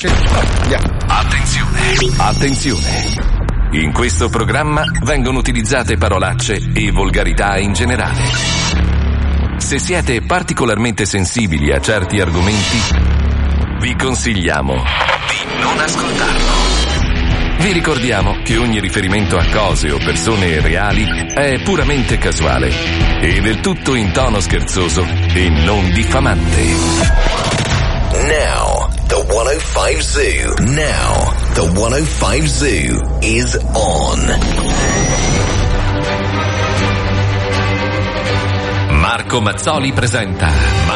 Attenzione. In questo programma vengono utilizzate parolacce e volgarità in generale. Se siete particolarmente sensibili a certi argomenti, vi consigliamo di non ascoltarlo. Vi ricordiamo che ogni riferimento a cose o persone reali è puramente casuale e del tutto in tono scherzoso e non diffamante. Now, the 105 Zoo. Now, the 105 Zoo is on. Marco Mazzoli presenta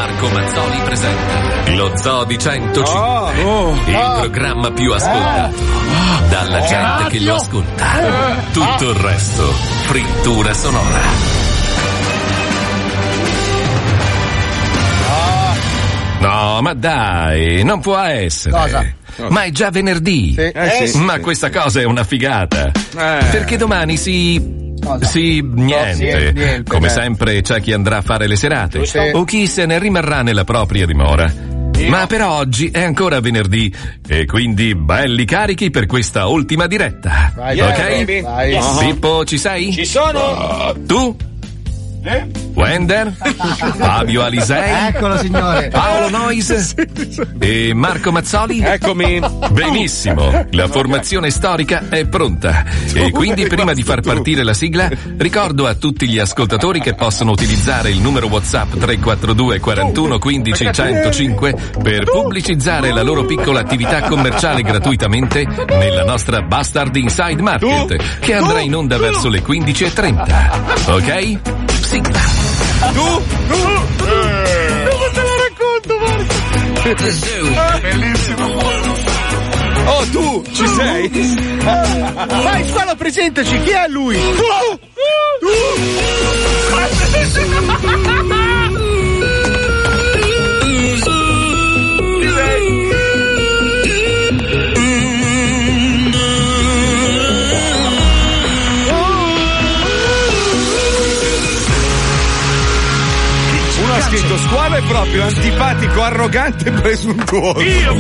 lo Zoo di 105, il programma più ascoltato dalla gente che lo ascolta. Tutto il resto, frittura sonora. No, ma dai, non può essere. Cosa? Ma è già venerdì. Sì. Ma questa cosa è una figata. Perché domani niente. Come sempre c'è chi andrà a fare le serate o chi se ne rimarrà nella propria dimora. Ma per oggi è ancora venerdì e quindi belli carichi per questa ultima diretta. Ok? Vai. Pippo, ci sei? Ci sono. Tu? Wender? Fabio Alisei? Eccolo, signore. Paolo Nois? E Marco Mazzoli? Eccomi. Benissimo, la formazione storica è pronta e quindi prima di far partire la sigla ricordo a tutti gli ascoltatori che possono utilizzare il numero WhatsApp 342 41 15 105 per pubblicizzare la loro piccola attività commerciale gratuitamente nella nostra Bastard Inside Market che andrà in onda verso le 15:30. Ok? Sigla. Tu? Come te la racconto, Marco? Bellissimo. Oh, tu ci sei? Vai, Squalo, presentaci, chi è lui? Ha scritto Squalo è proprio antipatico, arrogante e presuntuoso. Io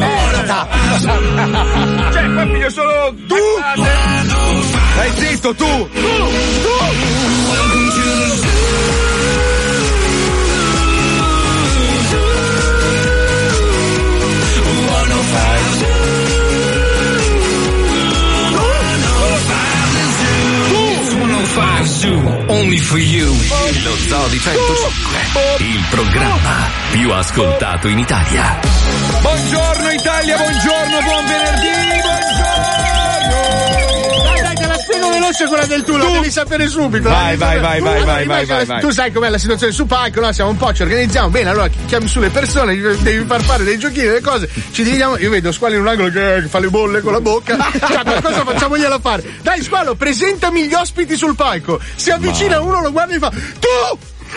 cioè qua piglio solo tu. Stai zitto tu. Only for you. Lo Zoo di 105, il programma più ascoltato in Italia. Buongiorno Italia, buongiorno, buon venerdì, Dai, te la spiego veloce quella del tu, la devi sapere subito. Vai. Tu sai com'è la situazione su palco, no? Siamo un po', ci organizziamo bene, allora chiami su le persone, devi far fare dei giochini, delle cose, ci dividiamo, io vedo Squalo in un angolo che fa le bolle con la bocca, cioè qualcosa facciamogliela fare. Dai Squalo, presentami gli ospiti sul palco. Si avvicina uno, lo guarda e fa: tu!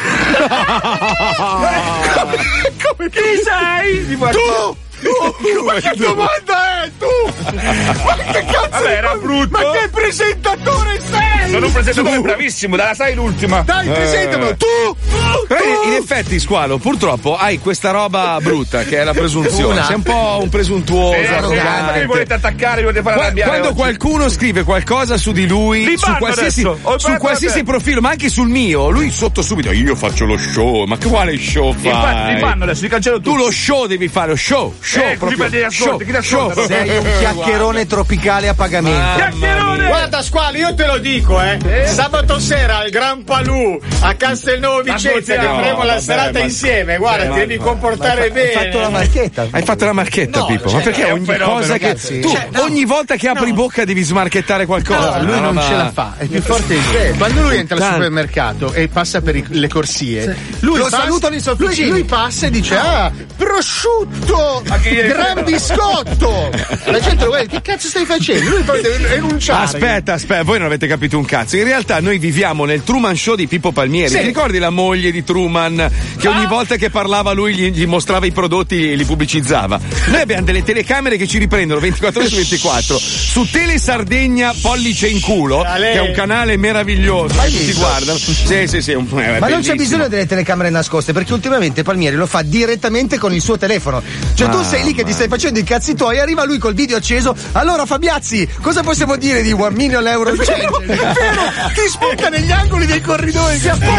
Come chi sei? Tu! Ma che domanda è tu? Ma che cazzo? Vabbè, era brutto. Ma che presentatore sei? Sono un presentatore bravissimo, dalla sai l'ultima. Dai, presentamelo, tu! In effetti, Squalo, purtroppo hai questa roba brutta che è la presunzione. Sei un po' un presuntuoso, arrogante. Ma mi volete attaccare, mi volete fare arrabbiare. Quando qualcuno scrive qualcosa su di lui, su qualsiasi profilo, ma anche sul mio, lui sotto subito, io faccio lo show. Ma quale show fai? Mi fanno adesso, li cancello tu lo show devi fare, lo show. Proprio show. Sei un chiacchierone tropicale a pagamento. Chiacchierone! Guarda Squalo, io te lo dico, sabato sera al Gran Palù a Castelnuovo Vicenza che faremo la serata insieme. Guarda, ti devi comportare bene. Hai fatto la marchetta. Hai fatto la marchetta, No, Pippo? cioè, ma perché è un ogni fenomeno, cosa che ragazzi. tu ogni volta che apri bocca devi smarchettare qualcosa? No, lui non ce la fa, è più forte di te. Quando lui entra al supermercato e passa per le corsie, lui Lo salutano i sofficini. lui passa e dice: ah, prosciutto, gran biscotto. La gente lo guarda, che cazzo stai facendo? Lui poi deve enunciare. Aspetta, voi non avete capito un cazzo. In realtà noi viviamo nel Truman Show di Pippo Palmieri. Sì. Ti ricordi la moglie di Truman? Pullman che ogni volta che parlava lui gli mostrava i prodotti e li pubblicizzava. Noi abbiamo delle telecamere che ci riprendono 24 ore su 24 su Tele Sardegna Pollice in culo, che è un canale meraviglioso che tutti guardano. Sì, ma non c'è bisogno delle telecamere nascoste, perché ultimamente Palmieri lo fa direttamente con il suo telefono. Cioè tu sei lì che ti stai facendo i cazzi tuoi, arriva lui col video acceso. Allora Fabiazzi, cosa possiamo dire di 1 million euro? È vero, ti spunta negli angoli dei corridoi.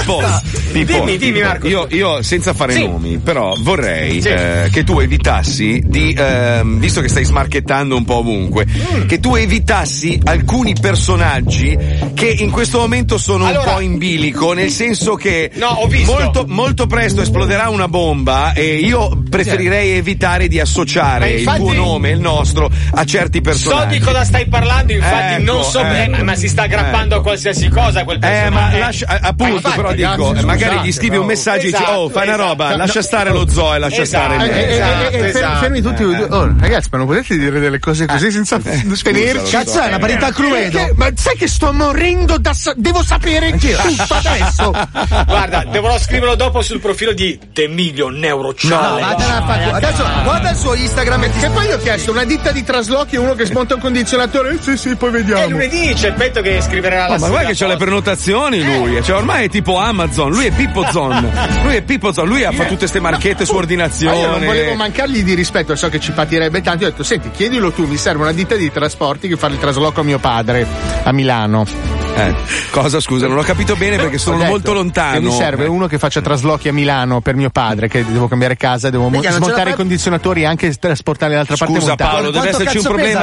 Dimmi Marco. Io senza fare nomi, però vorrei che tu evitassi di visto che stai smarchettando un po' ovunque, che tu evitassi alcuni personaggi che in questo momento sono un po' in bilico, nel senso che ho visto. molto presto esploderà una bomba e io preferirei evitare di associare il tuo nome e il nostro a certi personaggi. So di cosa stai parlando, infatti non so bene, ma si sta aggrappando a qualsiasi cosa quel personaggio. Ma lascia, appunto, però dico, magari gli scrivi un messaggio e dici fai una roba, lascia stare lo zoo e lascia stare me. Fermi tutti. Ragazzi, ma non potete dire delle cose così senza spenerci? Cazzo, è una parità crudo. Ma sai che sto morendo devo sapere tutto adesso. Guarda, dovrò scriverlo dopo sul profilo di The Million Euro Challenge. Adesso guarda il suo Instagram e poi io ho chiesto una ditta di traslochi e uno che smonta un condizionatore. Sì, poi vediamo. Lunedì c'è Petto che scriverà la ma guarda che c'ha le prenotazioni lui, cioè ormai è tipo Amazon, lui è Pippo Zon, lui ha fatto tutte ste marchette su ordinazione. Io non volevo mancargli di rispetto, so che ci patirebbe tanto, io ho detto senti, chiedilo tu, mi serve una ditta di trasporti che fa il trasloco a mio padre a Milano. Cosa, scusa, non ho capito bene perché sono molto lontano. Mi serve uno che faccia traslochi a Milano per mio padre, che devo cambiare casa, devo smontare i condizionatori e anche trasportarli dall'altra parte. Scusa Paolo, deve esserci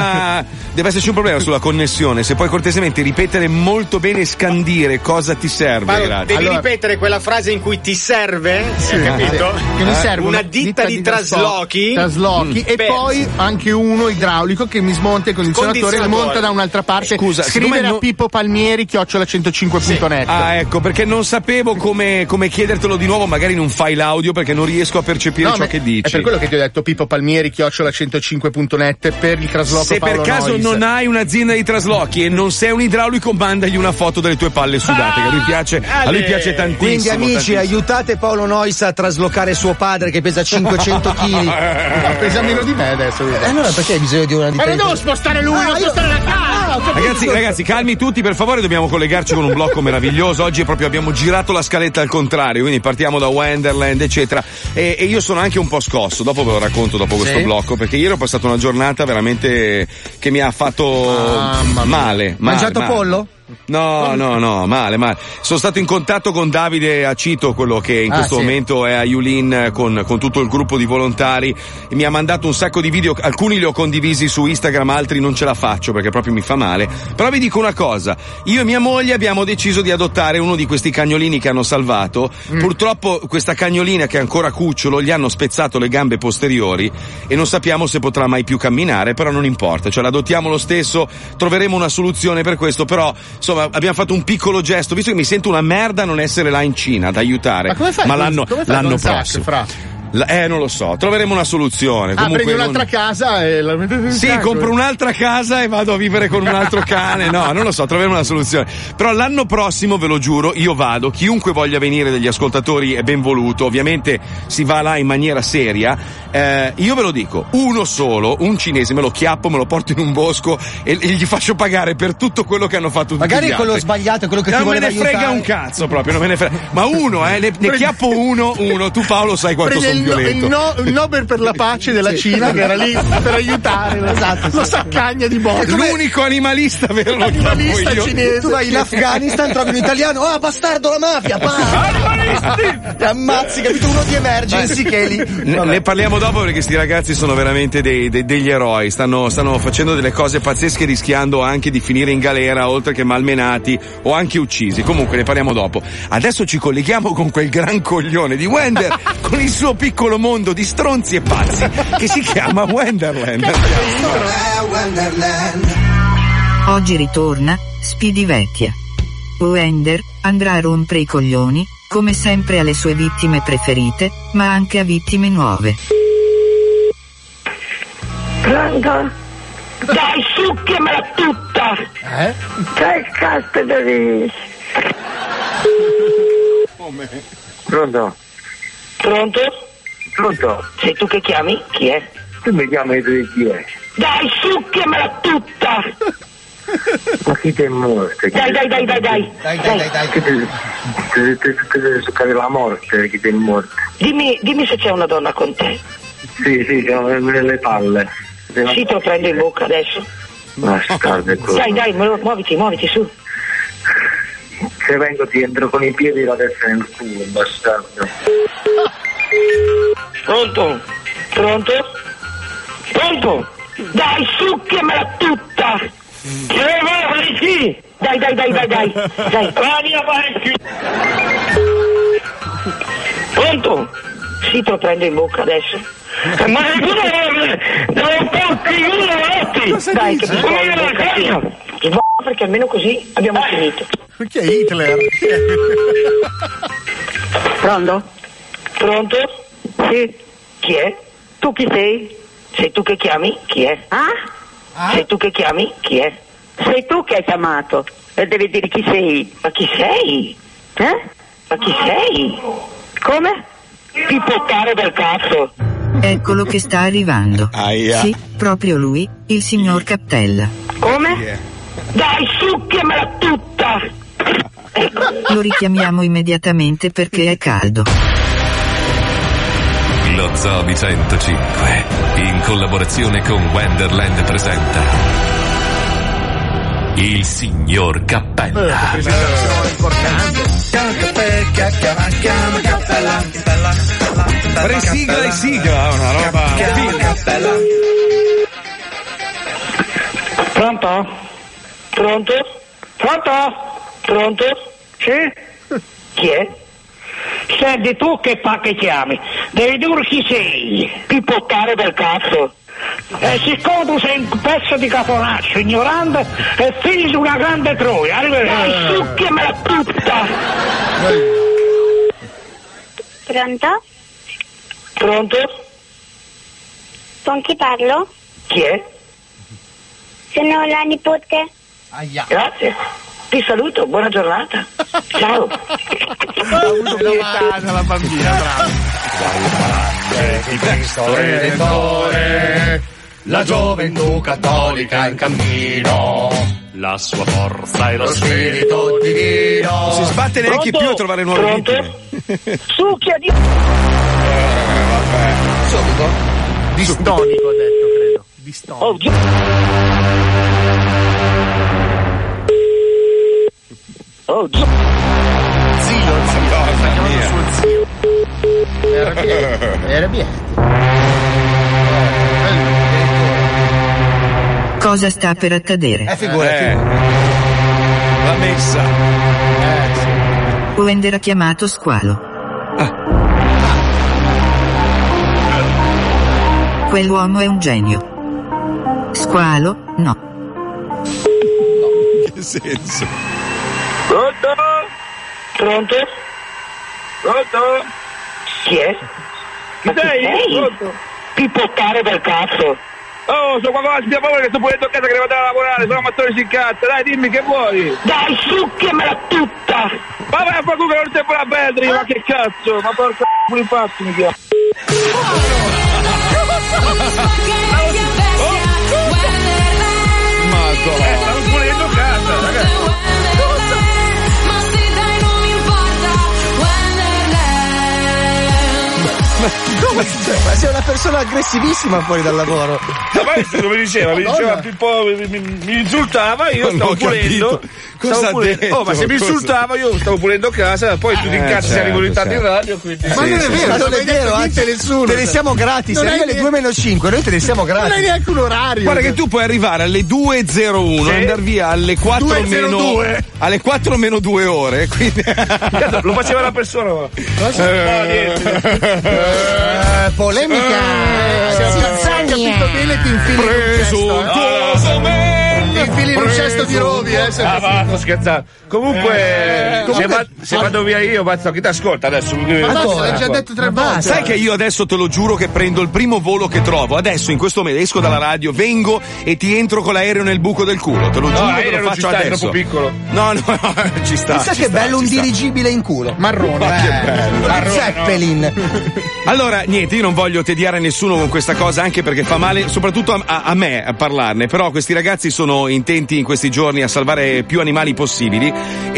un problema sulla connessione. Se puoi cortesemente ripetere molto bene e scandire cosa ti serve. Paolo, grazie. Devi ripetere quella frase in cui ti serve, hai capito? Che mi serve una ditta di traslochi e poi anche uno idraulico che mi smonta il condizionatore e lo monta da un'altra parte. Scusa, scrivere a Pippo Palmieri @105.net. Ecco, perché non sapevo come chiedertelo di nuovo, magari in un file audio, perché non riesco a percepire ciò che dici. È per quello che ti ho detto Pippo Palmieri @105.net per il trasloco. Se Paolo per caso Nois. non hai un'azienda di traslochi e non sei un idraulico, mandagli una foto delle tue palle sudate, che a lui piace tantissimo. Quindi amici, aiutate Paolo Nois a traslocare suo padre che pesa 500 kg. Pesa meno di me adesso. Allora perché hai bisogno di una ditta? Ma non devo spostare lui, devo spostare la casa. Ragazzi, calmi tutti, per favore, dobbiamo collegarci con un blocco meraviglioso. Oggi proprio abbiamo girato la scaletta al contrario, quindi partiamo da Wonderland, eccetera. E io sono anche un po' scosso, dopo ve lo racconto dopo questo blocco, perché ieri ho passato una giornata veramente che mi ha fatto male. Mangiato pollo? No, male. Sono stato in contatto con Davide Acito, quello che in questo momento è a Yulin con tutto il gruppo di volontari, e mi ha mandato un sacco di video, alcuni li ho condivisi su Instagram, altri non ce la faccio perché proprio mi fa male. Però vi dico una cosa, io e mia moglie abbiamo deciso di adottare uno di questi cagnolini che hanno salvato. Purtroppo questa cagnolina, che è ancora cucciolo, gli hanno spezzato le gambe posteriori e non sappiamo se potrà mai più camminare, però non importa, cioè l'adottiamo lo stesso, troveremo una soluzione per questo. Però insomma abbiamo fatto un piccolo gesto, visto che mi sento una merda non essere là in Cina ad aiutare. Ma come fai? Ma l'anno prossimo. Non lo so, troveremo una soluzione. Comunque prendi un'altra casa e la mettete in sacco. Compro un'altra casa e vado a vivere con un altro cane. No, non lo so, troveremo una soluzione. Però l'anno prossimo, ve lo giuro, io vado. Chiunque voglia venire degli ascoltatori è benvoluto. Ovviamente si va là in maniera seria. Io ve lo dico, uno solo, un cinese, me lo chiappo, me lo porto in un bosco e gli faccio pagare per tutto quello che hanno fatto tutti magari gli altri. Quello sbagliato è quello che ti voleva aiutare. Non me ne frega un cazzo proprio, non me ne frega. Ma uno, ne chiappo uno. Tu Paolo sai quanto sono violento. Il Nobel per la pace della Cina che era lì per aiutare. Esatto, lo saccagna di botte. L'unico animalista vero, animalista cinese. Tu vai in Afghanistan, trovi un italiano, bastardo la mafia, e ammazzi, capito, uno di emergency che è lì. Ne parliamo dopo, perché sti ragazzi sono veramente degli eroi, stanno facendo delle cose pazzesche, rischiando anche di finire in galera, oltre che malmenati o anche uccisi. Comunque ne parliamo dopo. Adesso ci colleghiamo con quel gran coglione di Wender con il suo piccolo mondo di stronzi e pazzi che si chiama Wonderland. Oggi ritorna Speedy Vecchia. Wender andrà a rompere i coglioni, come sempre, alle sue vittime preferite, ma anche a vittime nuove. Pronto? Dai, succhiamela tutta! Che cazzo devi? Pronto? Pronto? Pronto? Sei tu che chiami? Chi è? Tu mi chiami chi è? Dai, succhiamela tutta! Ma chi ti è morto? Dai. Che ti devi succare la morte, chi ti è morto? Dimmi se c'è una donna con te. Sì, c'ho nelle palle. Sì, te lo prendo in bocca adesso. Bastardo, Dai, muoviti, su. Se vengo ti entro con i piedi la testa nel culo, bastardo. Pronto? Dai, succhiamela tutta! Sì! Dai! Vai a fare sì! Pronto? Sì, te lo prendo in bocca adesso. Ma devo porti uno! Dai, che ti svolgo perché almeno così abbiamo finito. Chi è Hitler? Pronto? Sì. Chi è? Tu chi sei? Sei tu che chiami? Chi è? Sei tu che chiami? Chi è? Sei tu che hai chiamato e devi dire chi sei. Ma chi sei? Ma chi sei? Come? Pippottare del cazzo. Eccolo che sta arrivando. Aia. Sì, proprio lui, il signor Cappella. Come? Dai, succhiamela tutta! Lo richiamiamo immediatamente perché è caldo. Lo Zobi 105, in collaborazione con Wonderland, presenta il signor Cappella. Presigla e sigla, una roba. Pronto? Sì? Chi è? Senti, tu che chiami? Devi dire chi sei. Pippottare del cazzo. Siccome tu sei un pezzo di caponaccio, ignorante e figlio di una grande troia, arrivederci. Succhiamela tutta. Pronto? Con chi parlo? Chi è? Sono la nipote. Grazie. Ti saluto, buona giornata. Ciao. Ha avuto pietà della bambina, bravo. Di Cristo Redentore, la gioventù cattolica in cammino, la sua forza e lo spirito divino. Non si sbatte neanche più a trovare nuove vittime. Succhia di... Vabbè. Subito? Distonico ho detto, credo. Distonico. Zio, suo zio. Era Bieti. Cosa sta per accadere? Figurati. La messa. Wender ha chiamato Squalo. Quell'uomo è un genio. Squalo, no. Che senso? Pronto? Chi è? Ma chi sei? Pippottare del cazzo. Oh, sono qualcosa di paura che sto pulendo a casa che devo andare a lavorare, sono mattone si incazza, dai dimmi che vuoi. Dai, succhiamela tutta. Ma vai a fare che non sei pure a Bedri, ma che cazzo, ma porca pure infatti mi chiama. Madonna. Stavo pulendo casa, ragazzi. Ma sei una persona aggressivissima fuori dal lavoro. Ma questo mi diceva Pippo, mi insultava, io stavo pulendo. Oh, ma se mi insultava io stavo pulendo casa, poi tu ti incazzi se arrivo in ritardo in radio, quindi. Ma non è vero, ma non è vero, anzi nessuno. Te ne siamo grati, se arrivi alle 2:05, noi te ne siamo grati. Non hai neanche un orario. Guarda che tu puoi arrivare alle 2:01 e andare via alle 4 meno alle 4 meno 2 ore, quindi lo faceva la persona. Polemica. Se hai capito bene ti infili lì in un cesto di rovi, sto scherzando. Comunque se vado via io, Mazzo, chi ti ascolta adesso? L'hai già detto 3 volte. Sai che io adesso te lo giuro che prendo il primo volo che trovo. Adesso in questo momento esco dalla radio, vengo e ti entro con l'aereo nel buco del culo. Te lo giuro che lo faccio adesso. È troppo piccolo. No, ci sta. Chissà che bello un dirigibile in culo. Marrone. Che bello. Zeppelin. Allora, niente, io non voglio tediare nessuno con questa cosa, anche perché fa male, soprattutto a me a parlarne. Però questi ragazzi sono intenti in questi giorni a salvare più animali possibili.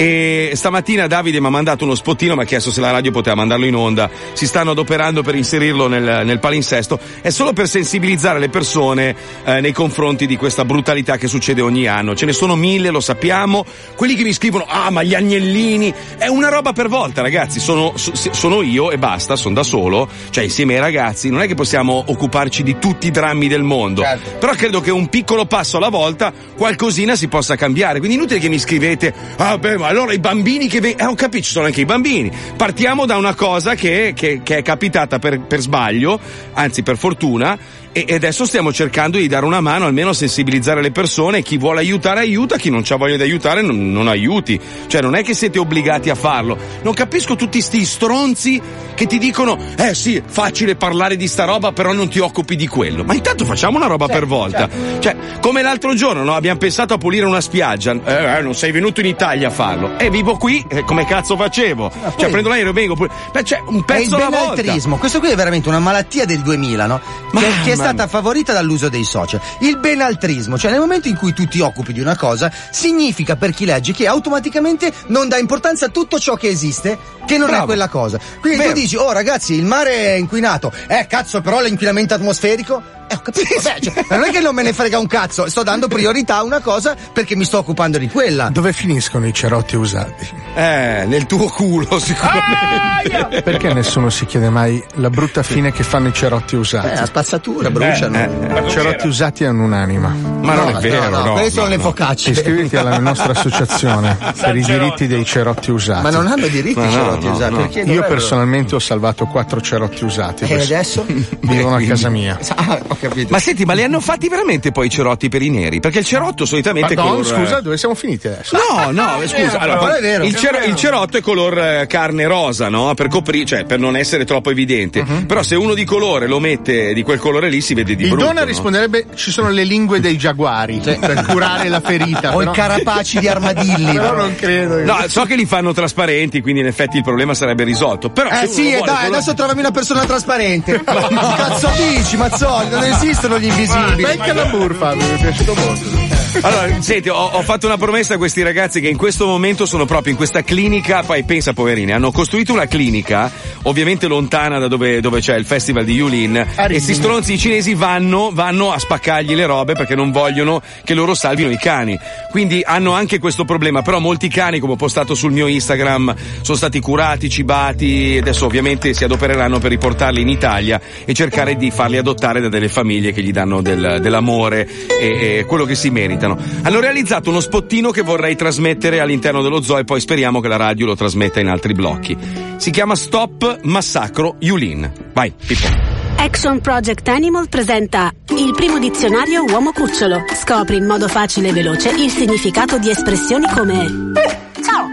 E stamattina Davide mi ha mandato uno spottino, mi ha chiesto se la radio poteva mandarlo in onda. Si stanno adoperando per inserirlo nel palinsesto. È solo per sensibilizzare le persone nei confronti di questa brutalità che succede ogni anno. Ce ne sono 1000, lo sappiamo. Quelli che mi scrivono, ma gli agnellini, è una roba per volta, ragazzi. Sono io e basta, sono da solo, cioè insieme ai ragazzi. Non è che possiamo occuparci di tutti i drammi del mondo. Certo. Però credo che un piccolo passo alla volta qualcosina si possa cambiare. Quindi inutile che mi scrivete, ma allora i bambini che ho capito, ci sono anche i bambini. Partiamo da una cosa che è capitata per sbaglio, anzi per fortuna, e adesso stiamo cercando di dare una mano, almeno a sensibilizzare le persone. Chi vuole aiutare aiuta, chi non c'ha voglia di aiutare non aiuti. Cioè non è che siete obbligati a farlo. Non capisco tutti sti stronzi che ti dicono sì, facile parlare di sta roba, però non ti occupi di quello. Ma intanto facciamo una roba per volta. Cioè, come l'altro giorno, no? Abbiamo pensato a pulire una spiaggia, non sei venuto in Italia a farlo. Vivo qui, come cazzo facevo? Cioè prendo l'aereo, vengo cioè un pezzo alla volta. È il benaltrismo. Questo qui è veramente una malattia del 2000, no? Che è stata favorita dall'uso dei social. Il benaltrismo, cioè nel momento in cui tu ti occupi di una cosa, significa per chi legge che automaticamente non dà importanza a tutto ciò che esiste, che non è quella cosa. Quindi tu dici, ragazzi, il mare è inquinato. Cazzo, però l'inquinamento atmosferico? Ho capito. Non è che non me ne frega un cazzo, sto dando priorità a una cosa perché mi sto occupando di quella. Dove finiscono i cerotti usati? Nel tuo culo, sicuramente. Perché nessuno si chiede mai la brutta fine che fanno i cerotti usati? La spazzatura, bruciano. I cerotti usati hanno un'anima. Ma non è vero, no. Quelle sono le focacce. Iscriviti alla nostra associazione per i diritti dei cerotti usati. Ma non hanno diritti i cerotti usati. Perché io personalmente ho salvato 4 cerotti usati. E adesso? Vivono a casa mia. Ho capito. Ma senti, ma li hanno fatti veramente poi i cerotti per i neri? Perché il cerotto solitamente è color... scusa, dove siamo finiti adesso? No, scusa. Allora, è vero. Il cerotto è color carne rosa, no? Per coprire, cioè per non essere troppo evidente. Però se uno di colore lo mette di quel colore lì si vede di brutto. Il Dona risponderebbe: ci sono le lingue dei giaguari per curare la ferita. O i carapaci di armadilli. Però non credo. No, so che li fanno trasparenti, quindi in effetti il problema sarebbe risolto. Però adesso trovami una persona trasparente. Cazzo dici, Mazzoli? Non esistono gli invisibili. Becca la burfa, mi è piaciuto molto. Allora, senti, ho fatto una promessa a questi ragazzi che in questo momento sono proprio in questa clinica. Poi pensa, poverini, hanno costruito una clinica, ovviamente lontana da dove c'è il festival di Yulin. E sti stronzi cinesi vanno a spaccargli le robe perché non vogliono che loro salvino i cani. Quindi hanno anche questo problema. Però molti cani, come ho postato sul mio Instagram, sono stati curati, cibati. Adesso ovviamente si adopereranno per riportarli in Italia e cercare di farli adottare da delle famiglie che gli danno dell'amore e quello che si meritano. Hanno realizzato uno spottino che vorrei trasmettere all'interno dello zoo e poi speriamo che la radio lo trasmetta in altri blocchi. Si chiama Stop Massacro Yulin. Vai, Pippo. Action Project Animal presenta il primo dizionario uomo cucciolo. Scopri in modo facile e veloce il significato di espressioni come ciao,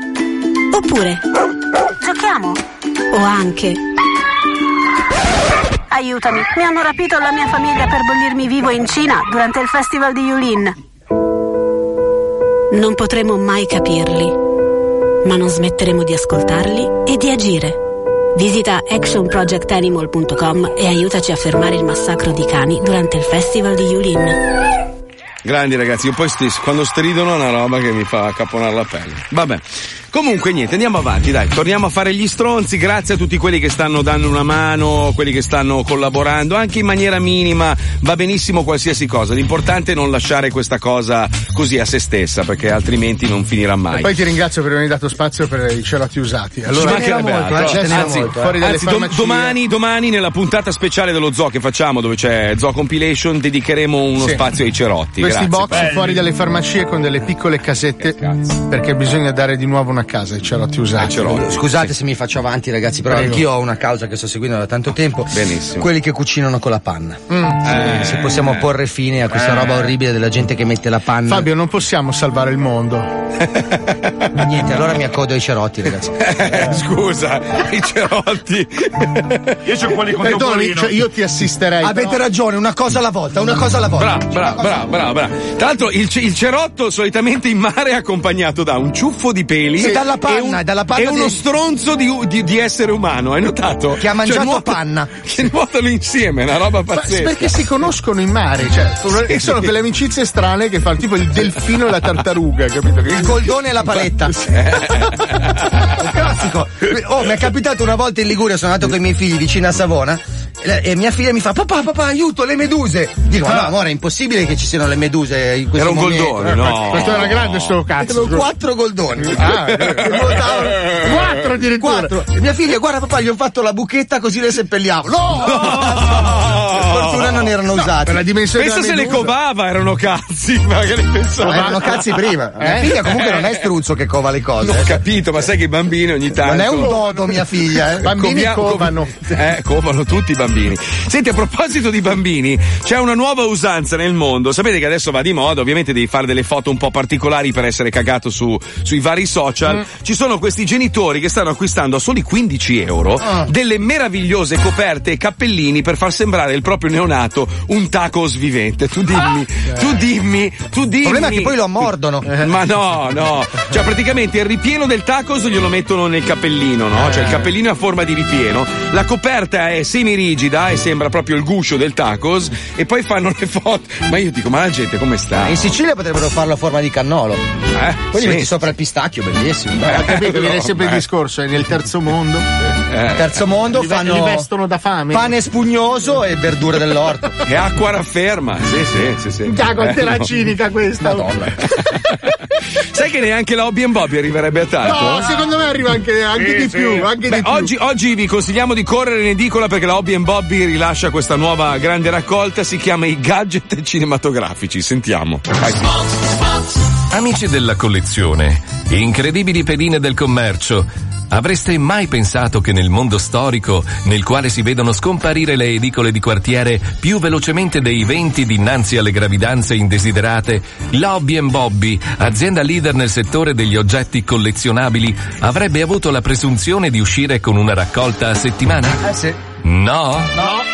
oppure giochiamo, o anche aiutami, mi hanno rapito la mia famiglia per bollirmi vivo in Cina durante il festival di Yulin. Non potremo mai capirli, ma non smetteremo di ascoltarli e di agire. Visita actionprojectanimal.com e aiutaci a fermare il massacro di cani durante il festival di Yulin. Grandi ragazzi, io poi quando stridono è una roba che mi fa caponare la pelle. Vabbè. Comunque niente, andiamo avanti, dai, torniamo a fare gli stronzi. Grazie a tutti quelli che stanno dando una mano, quelli che stanno collaborando, anche in maniera minima, va benissimo qualsiasi cosa. L'importante è non lasciare questa cosa così a se stessa, perché altrimenti non finirà mai. E poi ti ringrazio per avermi dato spazio per i cerotti usati. Allora, domani nella puntata speciale dello zoo che facciamo, dove c'è Zoo Compilation, dedicheremo uno spazio ai cerotti. Questo questi box fuori dalle farmacie con delle piccole casette perché bisogna dare di nuovo una casa ai cerotti usati. Scusate se mi faccio avanti, ragazzi, però anch'io ho una causa che sto seguendo da tanto tempo. Benissimo. Quelli che cucinano con la panna. Se possiamo porre fine a questa roba orribile della gente che mette la panna. Fabio, non possiamo salvare il mondo. Niente, allora mi accodo ai cerotti, ragazzi. Scusa, i cerotti. Io c'ho quelli con Topolino. Cioè io ti assisterei. Avete ragione, una cosa alla volta. Bravo. Tra l'altro il cerotto solitamente in mare è accompagnato da un ciuffo di peli e dalla panna, e uno stronzo di essere umano, hai notato? Che ha mangiato panna. Che nuotano insieme, è una roba pazzesca. Perché si conoscono in mare, e sono quelle amicizie strane che fa tipo il delfino e la tartaruga, capito? Il goldone e la paletta. Un classico. Oh, mi è capitato una volta in Liguria, sono andato con i miei figli vicino a Savona e mia figlia mi fa papà aiuto, le meduse. Dico no amore, è impossibile che ci siano le meduse in questo momento. Era un goldone, no. Questo era grande sto cazzo. Avevo 4 goldoni. 4 addirittura. 4. E mia figlia, guarda papà, gli ho fatto la buchetta così le seppelliamo. No! Per fortuna non erano usati. Per la dimensione pensa se le covava, erano cazzi, ma che ne pensavo? Erano cazzi prima. Mia figlia comunque non è struzzo che cova le cose. Ho capito, ma sai che i bambini ogni tanto. Non è un dodo, mia figlia. Bambini covano. Covano tutti i bambini. Senti, a proposito di bambini, c'è una nuova usanza nel mondo. Sapete che adesso va di moda, ovviamente devi fare delle foto un po' particolari per essere cagato sui vari social. Ci sono questi genitori che stanno acquistando a soli 15 euro delle meravigliose coperte e cappellini per far sembrare il proprio neonato un tacos vivente. Tu dimmi. Il problema è che poi lo ammordono. Ma no. Cioè praticamente il ripieno del tacos glielo mettono nel cappellino, no? Cioè il cappellino è a forma di ripieno, la coperta è semirigida e sembra proprio il guscio del tacos e poi fanno le foto. Ma io dico, ma la gente come sta? In Sicilia potrebbero farlo a forma di cannolo. Poi gli metti sopra il pistacchio, bellissimo. Capito, viene sempre il discorso, è nel terzo mondo. Terzo mondo li vestono da fame. Pane spugnoso e verdure dell'orto. E acqua rafferma. Sì. Quanto era cinica questa. Madonna. Sai che neanche la Hobby & Bobby arriverebbe a tanto? No, secondo me arriva anche di più. Oggi vi consigliamo di correre in edicola perché la Hobby & Bobby rilascia questa nuova grande raccolta, si chiama i gadget cinematografici. Sentiamo. Vai. Amici della collezione, incredibili pedine del commercio. Avreste mai pensato che nel mondo storico, nel quale si vedono scomparire le edicole di quartiere più velocemente dei venti dinanzi alle gravidanze indesiderate, la Hobby & Bobby, azienda leader nel settore degli oggetti collezionabili, avrebbe avuto la presunzione di uscire con una raccolta a settimana? Sì. No? No.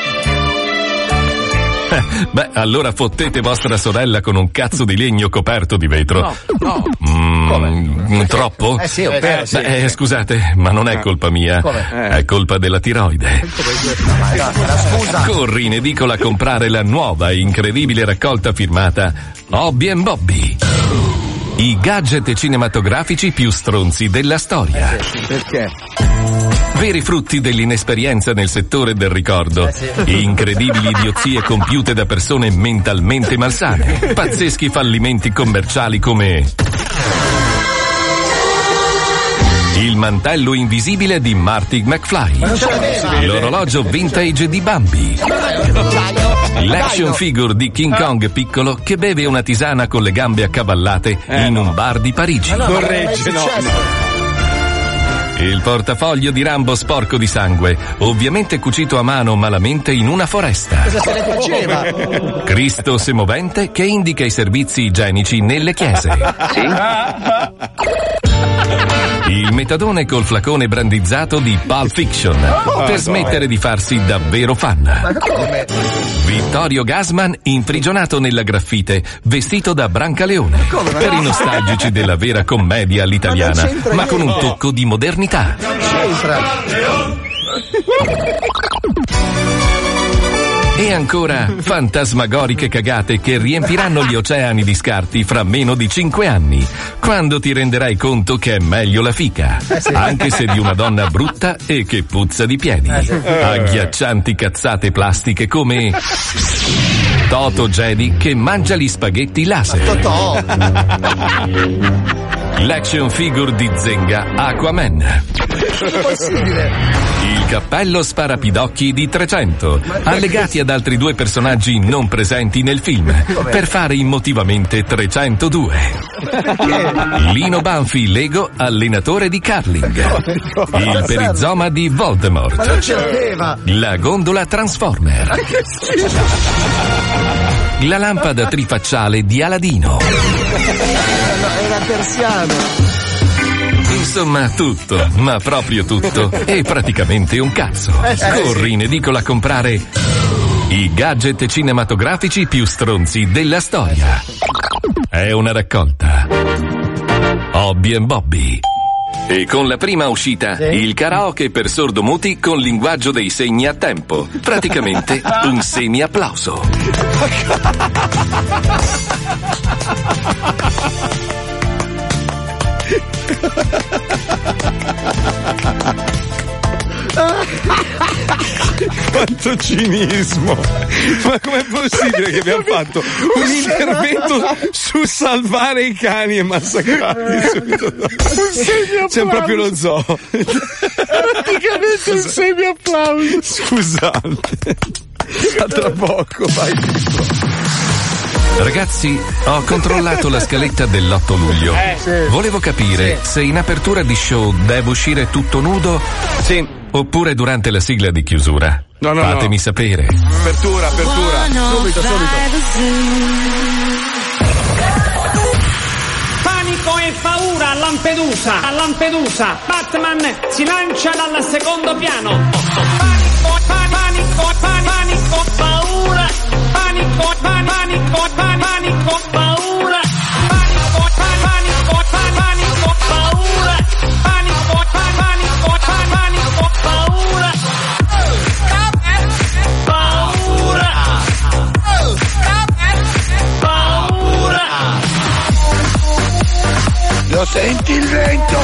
Beh, allora fottete vostra sorella con un cazzo di legno coperto di vetro. No. Come? Troppo? Sì. Scusate, ma non è colpa mia. È colpa della tiroide. Scusa. Corri in edicola a comprare la nuova e incredibile raccolta firmata Hobby & Bobby. I gadget cinematografici più stronzi della storia. Perché? Veri frutti dell'inesperienza nel settore del ricordo. Incredibili idiozie compiute da persone mentalmente malsane. Pazzeschi fallimenti commerciali come il mantello invisibile di Marty McFly, l'orologio vintage di Bambi, l'action figure di King Kong piccolo che beve una tisana con le gambe accavallate in un bar di Parigi. Non regge, no. Il portafoglio di Rambo sporco di sangue, ovviamente cucito a mano malamente in una foresta. Cosa se ne faceva? Cristo semovente che indica i servizi igienici nelle chiese. Il metadone col flacone brandizzato di Pulp Fiction per smettere di farsi davvero fan. Vittorio Gassman imprigionato nella graffite, vestito da Brancaleone per i nostalgici della vera commedia all'italiana, ma con un tocco di modernità. E ancora fantasmagoriche cagate che riempiranno gli oceani di scarti fra meno di 5 anni, quando ti renderai conto che è meglio la fica, anche se di una donna brutta e che puzza di piedi. Agghiaccianti cazzate plastiche come Toto Jedi che mangia gli spaghetti laser. L'action figure di Zenga Aquaman. Possibile. Il il cappello sparapidocchi di 300, allegati ad altri 2 personaggi non presenti nel film, per fare emotivamente 302. Lino Banfi Lego, allenatore di curling. Il perizoma di Voldemort. Ma non ce l'aveva! La gondola Transformer. La lampada trifacciale di Aladino. Era persiano. Insomma, tutto, ma proprio tutto, è praticamente un cazzo. Corri in edicola a comprare i gadget cinematografici più stronzi della storia. È una raccolta Hobby and Bobby. E con la prima uscita, il karaoke per sordomuti con linguaggio dei segni a tempo. Praticamente un semi-applauso. Quanto cinismo! Ma com'è possibile che abbiamo fatto un intervento su salvare i cani e massacrarli subito dopo? C'è proprio lo zoo. Praticamente un semi-applauso. Scusate. A tra poco, vai. Ragazzi, ho controllato la scaletta dell'8 luglio. Volevo capire se in apertura di show devo uscire tutto nudo oppure durante la sigla di chiusura. No, Fatemi sapere. Apertura. Subito. Panico e paura a Lampedusa. Batman si lancia dal secondo piano. Panico, paura. Panico, paura. Lo senti il vento?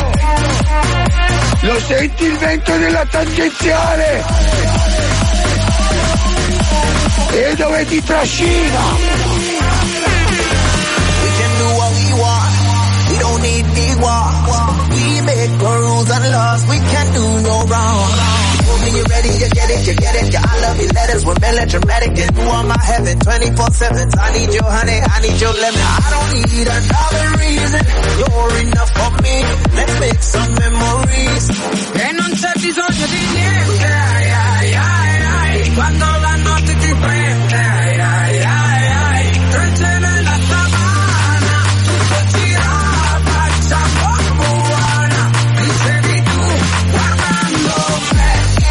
Lo senti il vento della tangenziale? E dove ti trascina? We can do what we want. We don't need big walks. We make the rules and laws. We can do no wrong. When you're ready, you get it. Yeah, I love your letters. We're melodramatic and you are my heaven. 24/7. I need your honey, I need your lemon. I don't need another reason. You're enough for me. Let's make some memories. E non c'è bisogno di niente. Quando la notte ti prende. Trece nella savana. Tutto gira, facciamo buona. Mi segui tu, guardando me.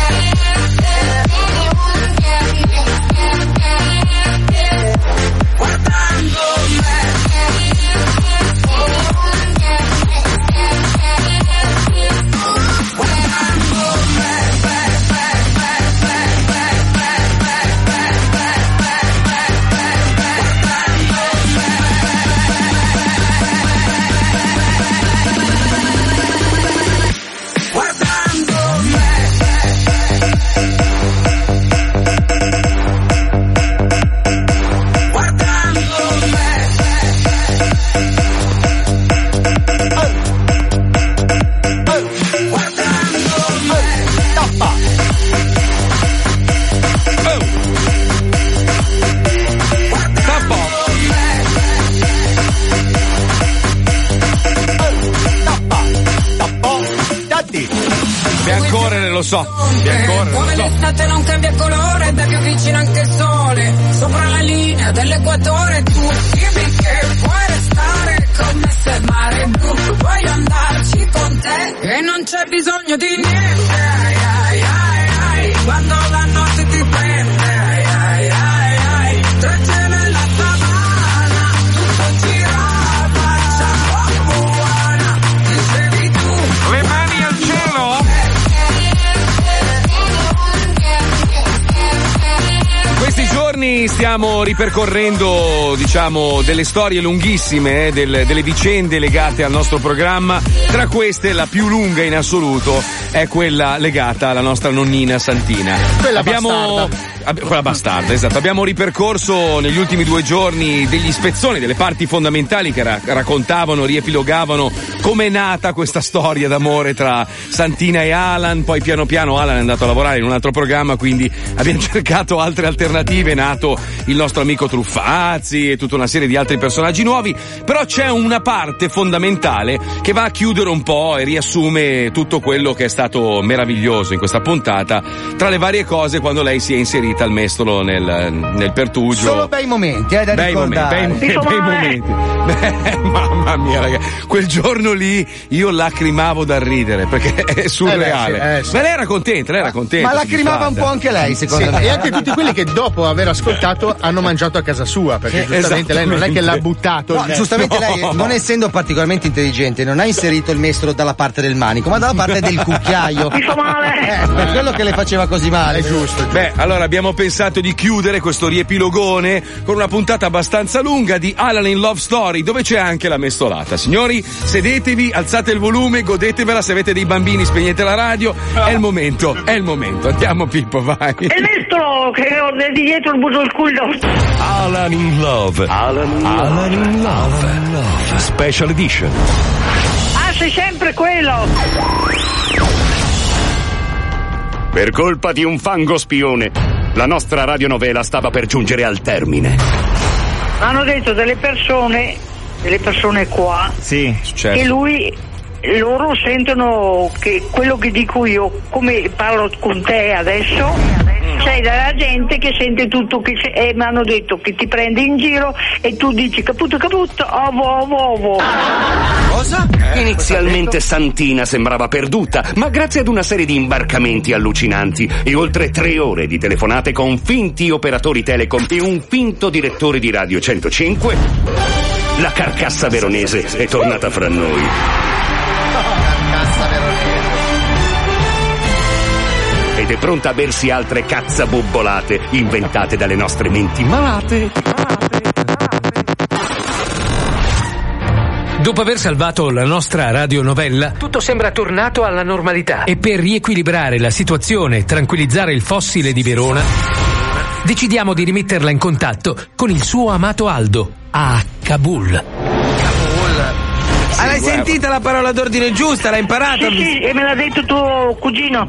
Lo so. Come l'estate non cambia colore, da più vicino anche il sole. Sopra la linea dell'equatore, tu dimmi che puoi restare come se il mare blu. Voglio andarci con te e non c'è bisogno di niente. Quando la notte ti prende, trece nella savana, tutto gira, facciamo buona. Dicevi tu, le mani al cielo. Questi giorni stiamo ripercorrendo, diciamo, delle storie lunghissime, delle vicende legate al nostro programma. Tra queste, la più lunga in assoluto è quella legata alla nostra nonnina Santina. Quella bastarda, esatto. Abbiamo ripercorso negli ultimi 2 giorni degli spezzoni, delle parti fondamentali che raccontavano, riepilogavano com'è nata questa storia d'amore tra Santina e Alan. Poi piano piano Alan è andato a lavorare in un altro programma, quindi abbiamo cercato altre alternative, è nato il nostro amico Truffazzi e tutta una serie di altri personaggi nuovi. Però c'è una parte fondamentale che va a chiudere un po' e riassume tutto quello che è stato meraviglioso in questa puntata, tra le varie cose, quando lei si è inserita al mestolo nel pertugio. Solo bei momenti, da ricordare. Bei momenti. Mamma mia, ragazzi, quel giorno lì io lacrimavo dal ridere perché è surreale. Sì. Ma lei era contenta. Ma lacrimava un po' anche lei, secondo me. E anche tutti quelli che dopo aver ascoltato hanno mangiato a casa sua, perché giustamente lei non è che l'ha buttato. No, giustamente lei, non essendo particolarmente intelligente, non ha inserito il mestolo dalla parte del manico, ma dalla parte del cucchiaio. Mi fa male. Per quello che le faceva così male. È giusto. Beh, allora abbiamo pensato di chiudere questo riepilogone con una puntata abbastanza lunga di Alan in Love Story, dove c'è anche la mestolata. Signori, sedetevi, alzate il volume, godetevela. Se avete dei bambini, spegnete la radio. È il momento. Andiamo, Pippo, vai. È il mestolo che ho di dietro il buso del culo. Alan in Love. Alan in Love. Special Edition. Ah, sei sempre quello. Per colpa di un fango spione, la nostra radionovela stava per giungere al termine. Hanno detto delle persone qua, sì, che loro sentono che quello che dico io, come parlo con te adesso, c'è della gente che sente tutto, e mi hanno detto che ti prendi in giro e tu dici caput, ovo. Cosa? Inizialmente Santina sembrava perduta, ma grazie ad una serie di imbarcamenti allucinanti e oltre 3 ore di telefonate con finti operatori telecom e un finto direttore di Radio 105, la carcassa veronese è tornata fra noi. Ed è pronta a bersi altre cazzabobbolate inventate dalle nostre menti malate. Dopo aver salvato la nostra radionovella, tutto sembra tornato alla normalità. E per riequilibrare la situazione e tranquillizzare il fossile di Verona, decidiamo di rimetterla in contatto con il suo amato Aldo, a Kabul. L'hai sentita la parola d'ordine giusta? L'hai imparata? Sì, e me l'ha detto tuo cugino.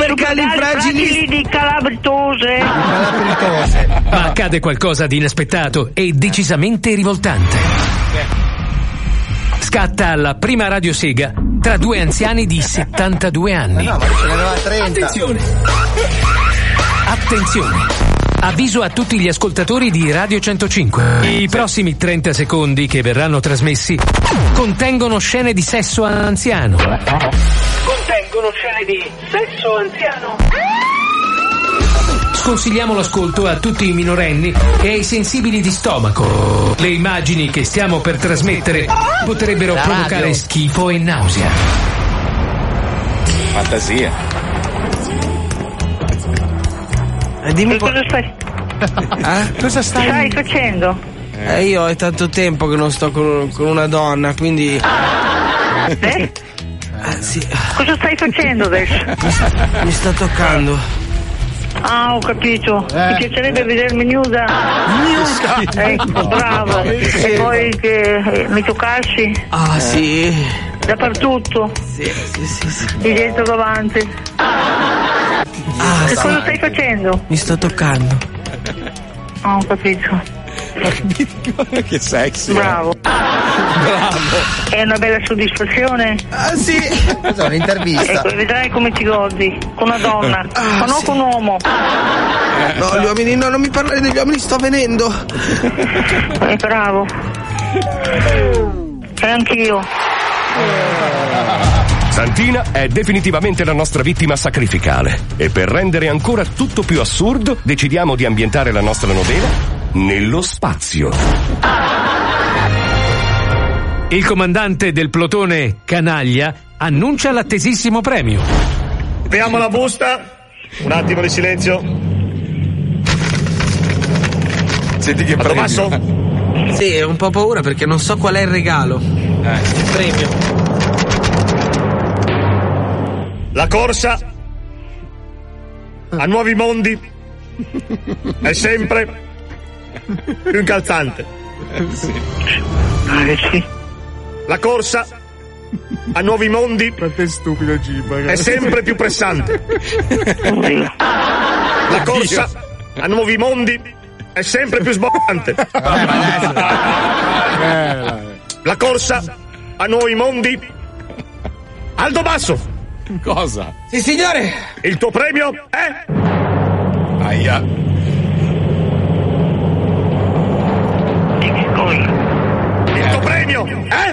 Supercalifragilisticexpialidocious. Ma accade qualcosa di inaspettato e decisamente rivoltante. Scatta la prima radiosega tra 2 anziani di 72 anni. No, ma ce n'aveva 30. Attenzione! Avviso a tutti gli ascoltatori di Radio 105. I prossimi 30 secondi che verranno trasmessi contengono scene di sesso anziano. Sconsigliamo l'ascolto a tutti i minorenni e ai sensibili di stomaco. Le immagini che stiamo per trasmettere potrebbero provocare schifo e nausea. Fantasia. Dimmi cosa stai? Cosa stai facendo? Io è tanto tempo che non sto con una donna, quindi. Sì. Cosa stai facendo adesso? Mi sta toccando. Ah, ho capito. Ti piacerebbe vedermi nuda? Ecco, bravo. E poi che mi toccassi? Ah, sì. Dappertutto? Sì. Di dietro davanti? Ah, che cosa stai facendo? Mi sto toccando. Ah, ho capito. Che sexy. Bravo. È una bella soddisfazione. Ah, sì. Cos'è, un'intervista? Ecco, vedrai come ti godi con una donna, ma non con un uomo. No, gli uomini, no, non mi parlare degli uomini, sto venendo. Bravo. E anch'io. Santina è definitivamente la nostra vittima sacrificale e per rendere ancora tutto più assurdo decidiamo di ambientare la nostra novela nello spazio. Il comandante del plotone Canaglia annuncia l'attesissimo premio. Apriamo la busta. Un attimo di silenzio. Senti che Tommaso? Sì, ho un po' paura perché non so qual è il regalo. Il premio. La corsa a nuovi mondi è sempre più incalzante. Sì. La corsa a nuovi mondi quanto è stupido Gibba, è sempre più pressante. La corsa a nuovi mondi è sempre più sboccante. La corsa a nuovi mondi. Aldo Basso. Cosa? Sì, signore. Il tuo premio è? Aia. Il tuo premio è?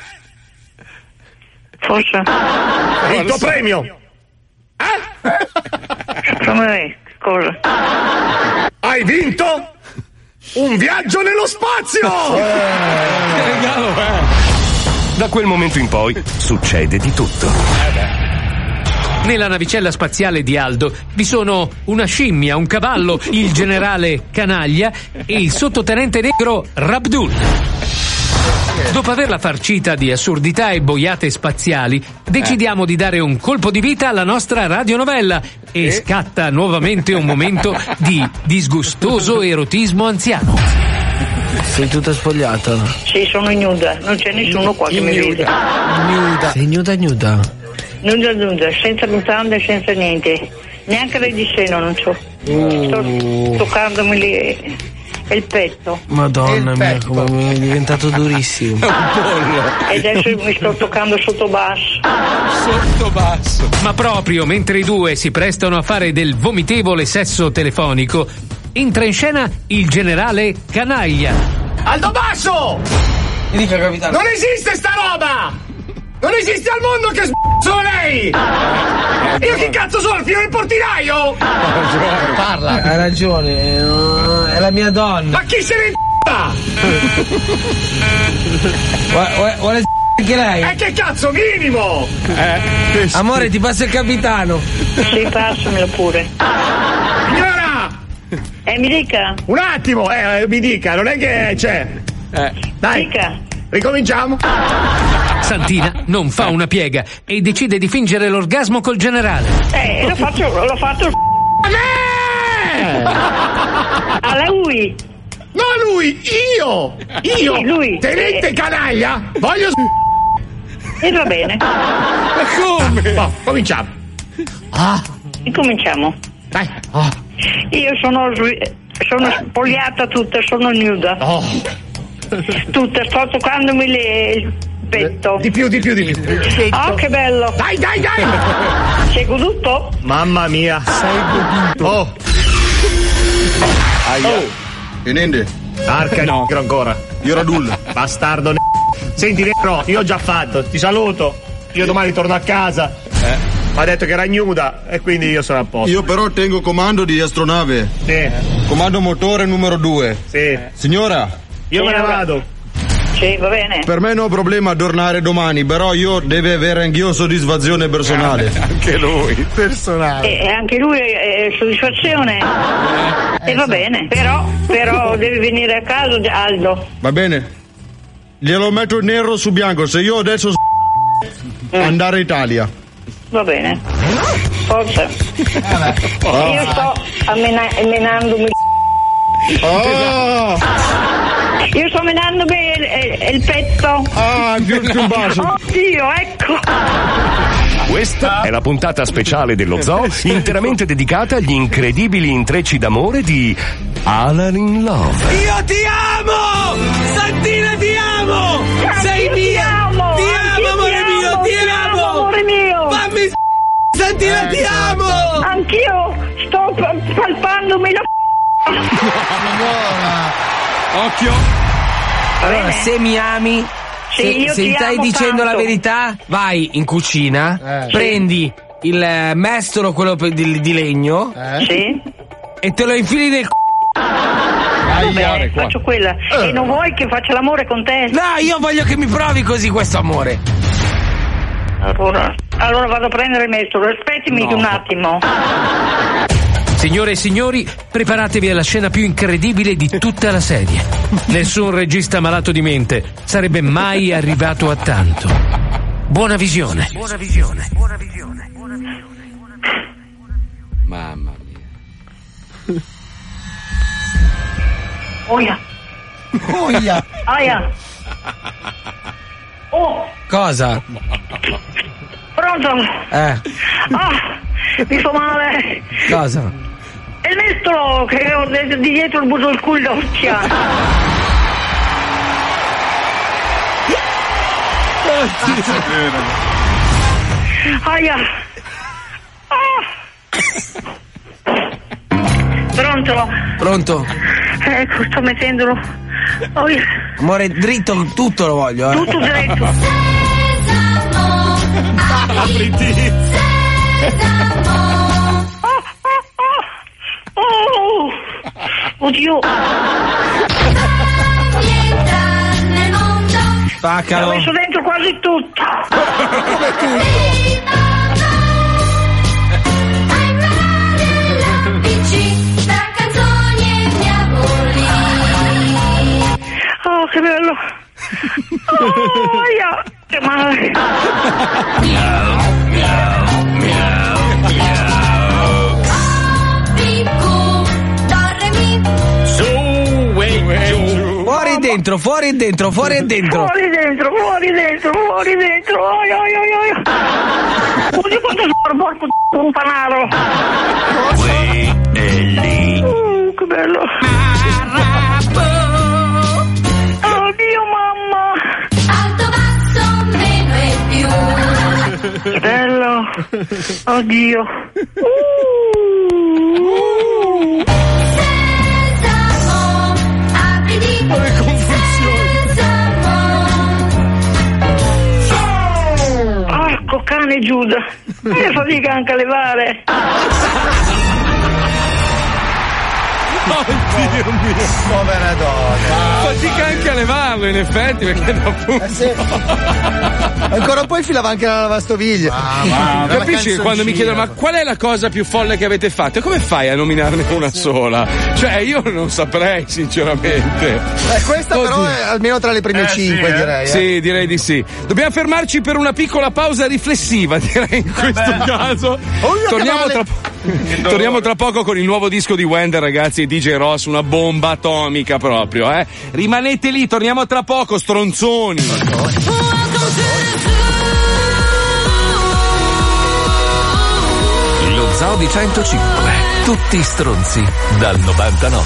Forse. Il tuo premio è? Come cosa? Hai vinto un viaggio nello spazio! Che regalo è? Da quel momento in poi succede di tutto. Nella navicella spaziale di Aldo vi sono una scimmia, un cavallo, il generale Canaglia e il sottotenente negro Rabdul. Dopo averla farcita di assurdità e boiate spaziali, decidiamo di dare un colpo di vita alla nostra radionovella e scatta nuovamente un momento di disgustoso erotismo anziano. Sei tutta spogliata? Sì, sono nuda, non c'è nessuno qua che mi vede. Nuda. Sei nuda? Nuda, senza mutande, senza niente. Neanche le di seno non c'ho. Sto toccandomi lì il petto. Madonna mia, come mi è diventato durissimo. È un pollo. E adesso mi sto toccando sotto basso. Sotto basso. Ma proprio mentre i due si prestano a fare del vomitevole sesso telefonico, entra in scena il generale Canaglia. Aldo Basso! Mi dica, capitano. Non esiste sta roba! Non esiste al mondo che solo lei! Io che cazzo sono? Il figlio del portinaio? Parla. Hai ragione, è la mia donna. Ma chi se ne vuole anche lei? Che cazzo, minimo! Amore, ti passa il capitano. Sì, passamelo pure. Signora! Mi dica. Un attimo, mi dica, non è che c'è. Dai. Dica. Ricominciamo. Santina non fa una piega e decide di fingere l'orgasmo col generale. L'ho fatto. A me! A lui. No, lui, io! Sì, lui. Tenente Canaglia, voglio E va bene. Ma come? Cominciamo. Cominciamo. Dai. Io sono spogliata tutta, sono nuda. Tutta, sto toccandomi il petto. Di più. Oh, che bello. Dai. Sei goduto? Mamma mia. Sei goduto. Tenente. Arca no, ancora. Io Radul. Bastardo. Senti, Negro, io ho già fatto. Ti saluto. Io domani torno a casa. Mi ha detto che era nuda e quindi io sono a posto. Io però tengo comando di astronave. Sì. Comando motore numero 2. Sì. Signora. Io me ne vado. Sì, va bene. Per me non ho problema a tornare domani, però io deve avere anch'io soddisfazione personale. Anche lui. Personale. E anche lui è soddisfazione. E va bene. Però deve venire a casa Aldo. Va bene. Glielo metto nero su bianco. Se io adesso andare in Italia. Va bene. Forza. Io sto menandomi. Io sto menandomi il petto. Più basso. Oddio, ecco. Questa è la puntata speciale dello Zoo interamente dedicata agli incredibili intrecci d'amore di Alan in Love. Io ti amo! Santina, ti amo! Sei mia! Ti amo, amore mio! Ti amo! Amore mio! Fammi Santina, ti amo! Anch'io sto palpandomi la Occhio. Allora, se mi ami, se stai dicendo la verità, vai in cucina, prendi il mestolo, quello di legno, sì, e te lo infili nel Vabbè, faccio quella. E non vuoi che faccia l'amore con te? No, io voglio che mi provi così questo amore. Allora vado a prendere il mestolo. Aspettimi un attimo. Signore e signori, preparatevi alla scena più incredibile di tutta la serie. Nessun regista malato di mente sarebbe mai arrivato a tanto. Buona visione. Buona visione. Buona visione. Buona visione. Mamma mia. Oia. Oia. Aia. Oh. Cosa? Pronto? Mi fa male. Cosa? È il mestolo che ho di dietro il buso del culo d'occhia. Aia. Pronto? Pronto? Ecco, sto mettendolo. Amore, dritto, tutto lo voglio, Tutto dritto. Apriti. Oddio. Spaccalo. Ho messo dentro quasi tutto. Come tutto? Oh, che bello. Oh, che male. Fuori dentro, fuori dentro, fuori dentro. Fuori dentro, fuori dentro, fuori dentro. Oddio, quanto sono porco un panaro. Qui e lì. Che bello. Oddio, mamma. Alto, basso, meno e più. Che bello. Oddio. Sesamo, apriti. Che confusione. Porco cane Giuda. Mi fatica anche a levare. Oh Dio mio, povera donna. Fatica anche a levarlo, in effetti, perché dopo. Ancora poi filava anche la lavastoviglie. Capisci che quando mi chiedono ma qual è la cosa più folle che avete fatto? Come fai a nominarne una sola? Cioè, io non saprei, sinceramente. Questa però è almeno tra le prime 5, direi. Sì, direi di sì. Dobbiamo fermarci per una piccola pausa riflessiva, direi in questo caso. Torniamo tra poco con il nuovo disco di Wender, ragazzi, e DJ Ross, una bomba atomica proprio, Rimanete lì, torniamo tra poco, stronzoni. Lo Zoo di 105, tutti stronzi dal 99.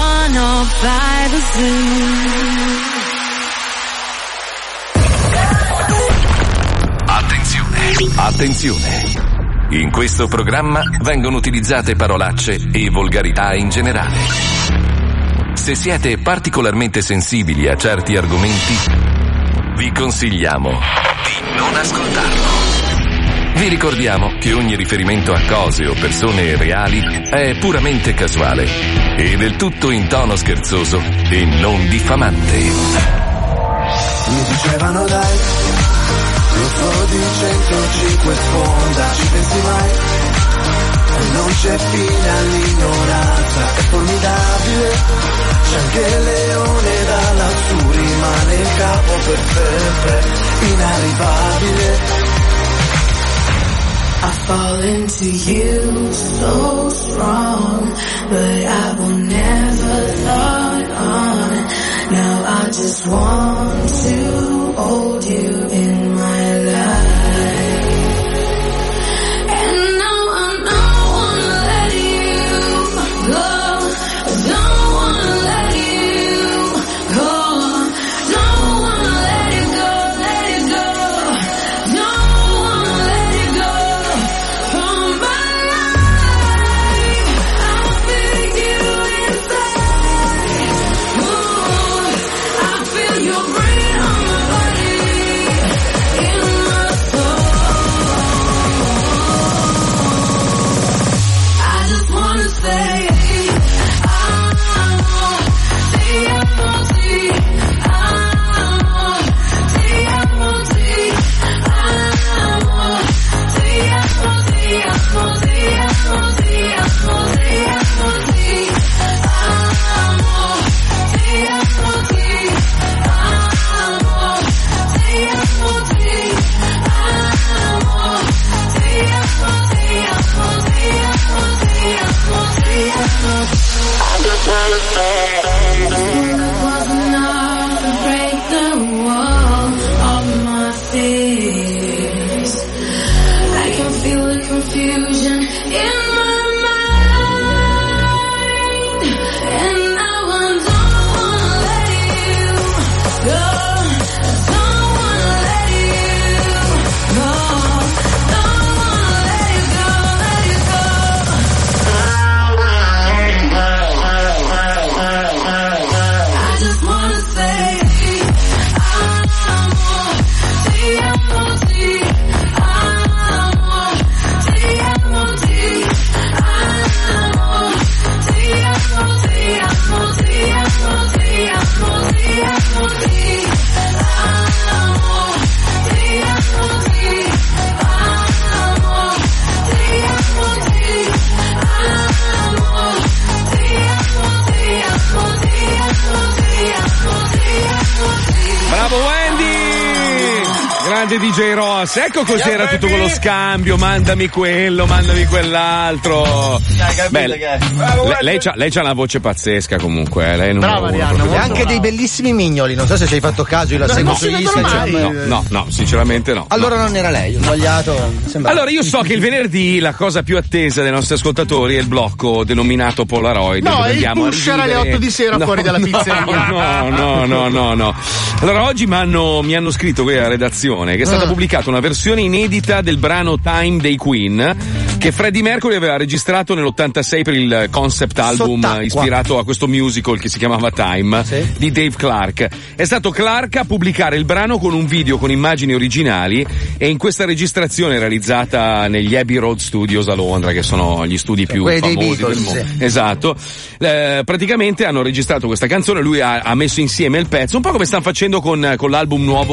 Attenzione! In questo programma vengono utilizzate parolacce e volgarità in generale. Se siete particolarmente sensibili a certi argomenti, vi consigliamo di non ascoltarlo. Vi ricordiamo che ogni riferimento a cose o persone reali è puramente casuale e del tutto in tono scherzoso e non diffamante. Mi dicevano dai, lo so di 105 sponda, ci pensi mai? Non c'è fine all'ignoranza, è formidabile. C'è anche il leone da lassù, rimane il capo per sempre, inarrivabile. I fall into you so strong, but I will never log on. Now I just want to hold you in my life. And now I don't wanna let you go. I don't wanna let you go. Don't wanna let it go, let it go. Don't wanna let it go from my life. I feel you inside. Ooh, I feel your breath on my body, in my soul. I just wanna say, was enough to break the wall of my fear. Grande DJ Ross, ecco cos'era tutto quello scambio, mandami quello, mandami quell'altro. Lei c'ha una voce pazzesca comunque, lei non brava Arianna, e anche dei bellissimi mignoli, non so se ci hai fatto caso, io la seguo su Instagram. No, sinceramente no. Allora non era lei, ho sbagliato. Allora io so che il venerdì la cosa più attesa dai nostri ascoltatori è il blocco denominato Polaroid. No, è il pusher alle 8 di sera fuori dalla pizzeria. No. Allora oggi mi hanno scritto qui alla redazione che è stata pubblicata una versione inedita del brano Time dei Queen che Freddie Mercury aveva registrato nell'86 per il concept album ispirato a questo musical che si chiamava Time di Dave Clark. È stato Clark a pubblicare il brano con un video con immagini originali e in questa registrazione realizzata negli Abbey Road Studios a Londra, che sono gli studi più famosi del mondo. Esatto. Praticamente hanno registrato questa canzone, lui ha messo insieme il pezzo, un po' come stanno facendo con l'album nuovo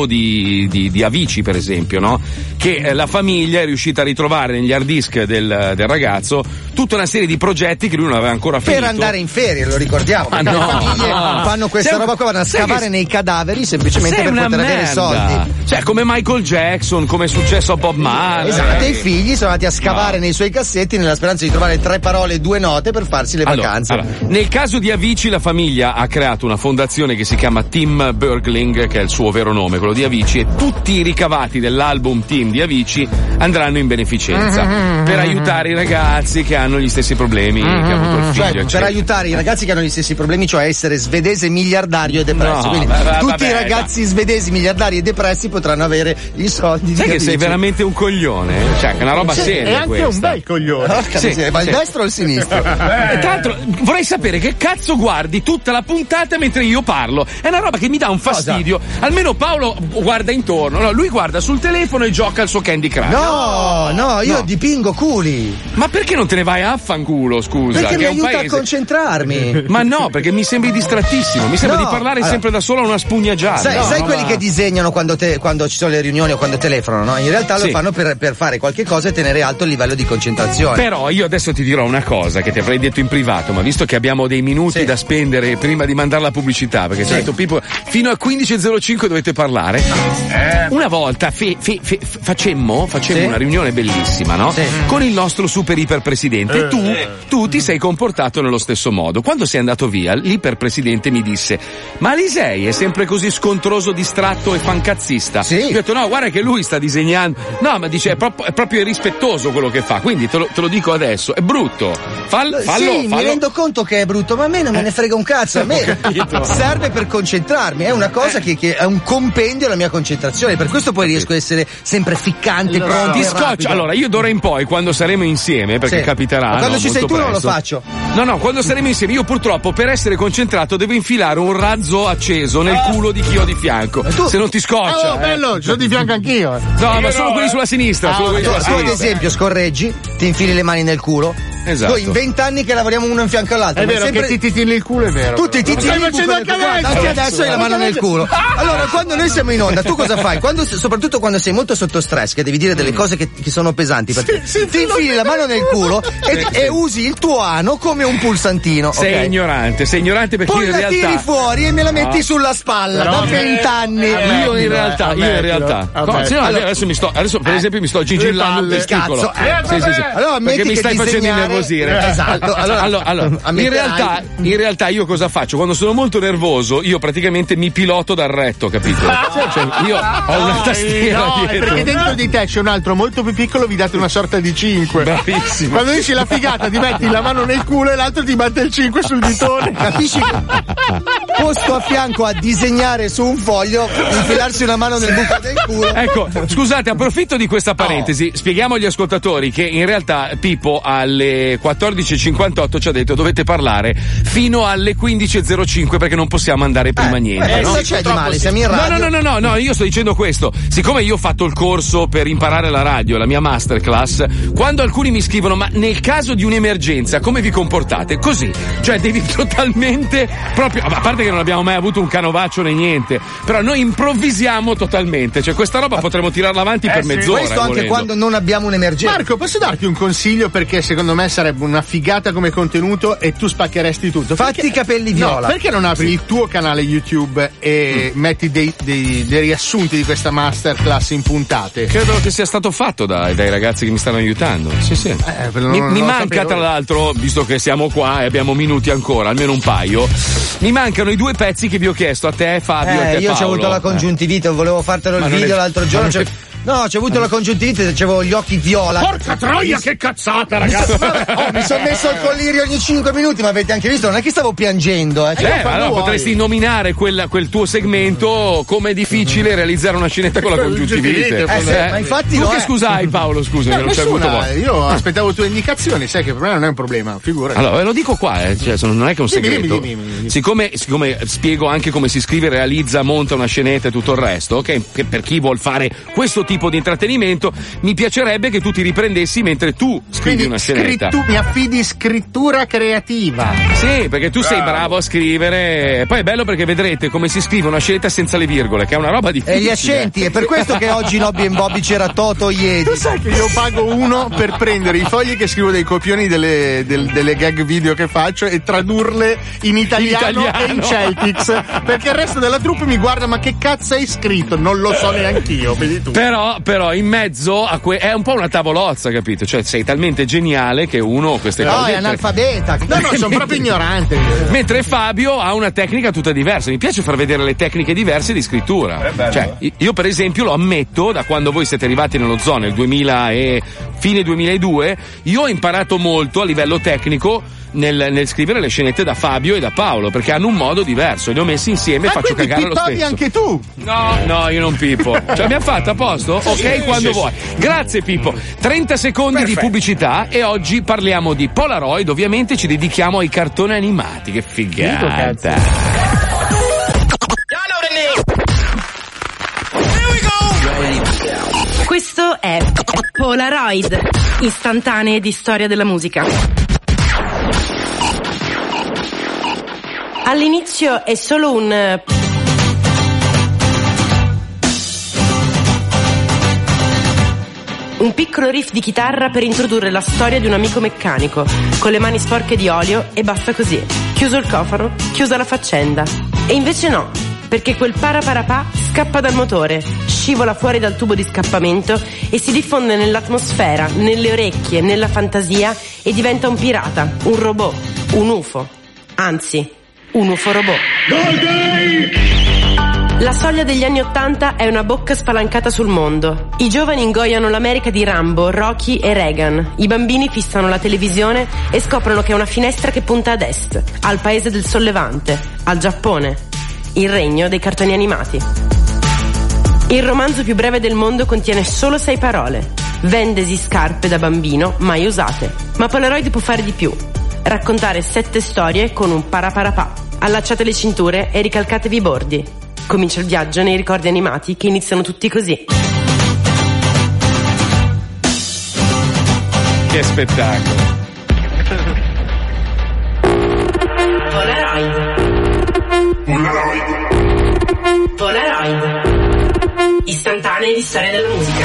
di Avicii, per esempio, no? Che la famiglia è riuscita a ritrovare negli hard disk del ragazzo tutta una serie di progetti che lui non aveva ancora finito. Per andare in ferie, lo ricordiamo. Le famiglie fanno questa roba qua, vanno a scavare nei cadaveri semplicemente per poter avere soldi. Cioè, come Michael Jackson, come è successo a Bob Marley. Esatto, e i figli sono andati a scavare nei suoi cassetti nella speranza di trovare 3 parole e 2 note per farsi le vacanze. Allora, nel caso di Avicii, la famiglia ha creato una fondazione che si chiama Team Bergling, che è il suo vero nome, quello di Avicii, e tutti i ricavati dell'album Team di Avicii andranno in beneficenza per aiutare i ragazzi che hanno gli stessi problemi che ha avuto il figlio. Per aiutare i ragazzi che hanno gli stessi problemi, cioè essere svedese, miliardario e depresso. Quindi tutti i ragazzi svedesi, miliardari e depressi potranno avere i soldi. Sai che sei veramente un coglione? Cioè, che è una roba seria. È anche questa. un bel coglione. Ma il destro o il sinistro? Tra l'altro, vorrei sapere che cazzo guardi tutta la puntata mentre io parlo. È una roba che mi dà un fastidio. Almeno Paolo guarda intorno, no? Lui guarda sul telefono e gioca al suo Candy Crush. No, io dipingo culi. Ma perché non te ne vai a fanculo, scusa? Perché che mi è un aiuta paese. a concentrarmi. Ma no, perché mi sembri distrattissimo. Mi sembra di parlare sempre da solo a una spugna gialla. Sai quelli che disegnano quando ci sono le riunioni o quando telefonano, no? In realtà lo fanno per fare qualche cosa e tenere alto il livello di concentrazione. Però io adesso ti dirò una cosa che ti avrei detto in privato, ma visto che abbiamo dei minuti da spendere prima di mandare la pubblicità, perché ci ha detto Pippo fino a 15.05 dovete parlare. Una volta facemmo una riunione bellissima, no? Con il nostro super iper presidente. Tu ti sei comportato nello stesso modo. Quando sei andato via, l'iper presidente mi disse: ma Alisei è sempre così scontroso, distratto e fancazzista? Io ho detto: no, guarda che lui sta disegnando. No, ma dice è proprio irrispettoso quello che fa, quindi te lo dico adesso, è brutto. Fallo. Mi rendo conto che è brutto, ma a me non me ne frega un cazzo. A me serve per concentrarmi, è una cosa che è un compendio alla mia concentrazione, per questo poi riesco a essere sempre ficcante, pronto. Ti scoccio. Allora, io d'ora in poi, quando saremo insieme, perché capiterà. Ma quando ci sei tu presto, non lo faccio. No, quando saremo insieme, io purtroppo per essere concentrato devo infilare un razzo acceso nel culo di chi ho di fianco. Se non ti scoccia. Oh, bello, ci sono di fianco anch'io. No, ma solo quelli sulla sinistra. Tu ad esempio scorreggi, ti infili le mani nel culo. Esatto. Noi in 20 anni che lavoriamo uno in fianco all'altro. È vero che ti tiri il culo, è vero. Tutti ti tiri il culo. Anche adesso hai la mano nel culo. Allora, quando noi siamo in onda, tu cosa fai? Soprattutto quando sei molto sotto stress, che devi dire delle cose che sono pesanti per te. Ti infili la mano nel culo e usi il tuo ano come un pulsantino. Sei ignorante perché poi in realtà. Poi la tiri fuori e me la metti sulla spalla da 20 anni. Io in realtà. Adesso per esempio mi sto gigillando il testicolo. Allora, perché mi stai facendo innervosire. Esatto. Allora, in realtà io cosa faccio? Quando sono molto nervoso, io praticamente mi piloto dal retto, capito? Cioè, io ho una tastiera dietro. Perché dentro di te c'è un altro molto più piccolo, vi date una sorta di 5. Bravissimo. Quando dici la figata ti metti la mano nel culo e l'altro ti batte il 5 sul ditone. Capisci? Posto a fianco a disegnare su un foglio, infilarsi una mano nel buco del culo. Ecco, scusate, approfitto di questa parentesi. Spieghiamo agli ascoltatori che in realtà Pippo alle 14.58 ci ha detto dovete parlare fino alle 15.05 perché non possiamo andare prima niente. Cosa c'è di male? Siamo in radio. No, io sto dicendo questo. Siccome io ho fatto il corso per imparare la radio, la mia masterclass, quando alcuni mi scrivono ma nel caso di un'emergenza come vi comportate? Così, cioè devi totalmente proprio, a parte che non abbiamo mai avuto un canovaccio né niente, però noi improvvisiamo totalmente, cioè questa roba potremmo tirarla avanti per mezz'ora. Questo anche volendo. quando non abbiamo un'emergenza. Marco, posso darti un consiglio, perché secondo me sarebbe una figata come contenuto e tu spaccheresti tutto. Fatti i capelli viola. No, perché non apri il tuo canale YouTube e metti dei riassunti di questa masterclass in puntate? Credo che sia stato fatto dai ragazzi che mi stanno aiutando. Sì. Mi manca, tra l'altro, visto che siamo qua e abbiamo minuti ancora, almeno un paio, mi mancano i 2 pezzi che vi ho chiesto a te, Fabio, e a te, io Paolo. c'ho avuto la congiuntivite, volevo fartelo il video l'altro giorno. No, c'è avuto la congiuntivite, c'avevo gli occhi viola. Porca troia, che cazzata, ragazzi! Mi sono messo il collirio ogni 5 minuti, ma avete anche visto, non è che stavo piangendo. Allora potresti nominare quel tuo segmento come è difficile realizzare una scenetta con la congiuntivite. Ma infatti tu che scusai, Paolo, scusa, non c'è avuto modo. Io aspettavo tue indicazioni, sai che per me non è un problema, figurati. Allora, ve lo dico qua, cioè, non è che è un segreto. Dimmi. Siccome spiego anche come si scrive, realizza, monta una scenetta e tutto il resto, che per chi vuol fare questo tipo di intrattenimento, mi piacerebbe che tu ti riprendessi mentre tu scrivi una scenetta. Tu mi affidi scrittura creativa. Sì, perché tu sei bravo a scrivere. Poi è bello perché vedrete come si scrive una scenetta senza le virgole, che è una roba difficile. E gli accenti, è per questo che oggi in Hobby and Bobby c'era Toto Iedi. Tu sai che io pago uno per prendere i fogli che scrivo dei copioni delle gag video che faccio e tradurle in italiano e in Celtics, perché il resto della troupe mi guarda, ma che cazzo hai scritto? Non lo so neanch'io, vedi tu. Però in mezzo è un po' una tavolozza, capito? Cioè sei talmente geniale che uno queste cose. No, è analfabeta. No, sono proprio ignorante. Mentre Fabio ha una tecnica tutta diversa. Mi piace far vedere le tecniche diverse di scrittura. Cioè, io per esempio lo ammetto, da quando voi siete arrivati nello zoo nel 2000 e fine 2002, io ho imparato molto a livello tecnico nel scrivere le scenette da Fabio e da Paolo, perché hanno un modo diverso, li ho messi insieme e faccio cagare lo stesso. Anche tu? No, io non pippo. Ce l'abbiamo fatta a posto? Ok, quando vuoi. Grazie Pippo. 30 secondi di pubblicità e oggi parliamo di Polaroid, ovviamente ci dedichiamo ai cartoni animati, che figata. Questo è Polaroid, istantanee di storia della musica. All'inizio è solo un piccolo riff di chitarra per introdurre la storia di un amico meccanico, con le mani sporche di olio, e basta così. Chiuso il cofano, chiusa la faccenda. E invece no, perché quel paraparapà scappa dal motore, scivola fuori dal tubo di scappamento e si diffonde nell'atmosfera, nelle orecchie, nella fantasia e diventa un pirata, un robot, un UFO. Anzi, un UFO robot. La soglia degli anni '80 è una bocca spalancata sul mondo. I giovani ingoiano l'America di Rambo, Rocky e Reagan. I bambini fissano la televisione e scoprono che è una finestra che punta ad est, al paese del sollevante, al Giappone, il regno dei cartoni animati. Il romanzo più breve del mondo contiene solo 6 parole. Vendesi scarpe da bambino mai usate. Ma Polaroid può fare di più. Raccontare 7 storie con un paraparapà. Allacciate le cinture e ricalcatevi i bordi. Comincia il viaggio nei ricordi animati che iniziano tutti così. Che spettacolo. Polaroid. Istantanee di storia della musica.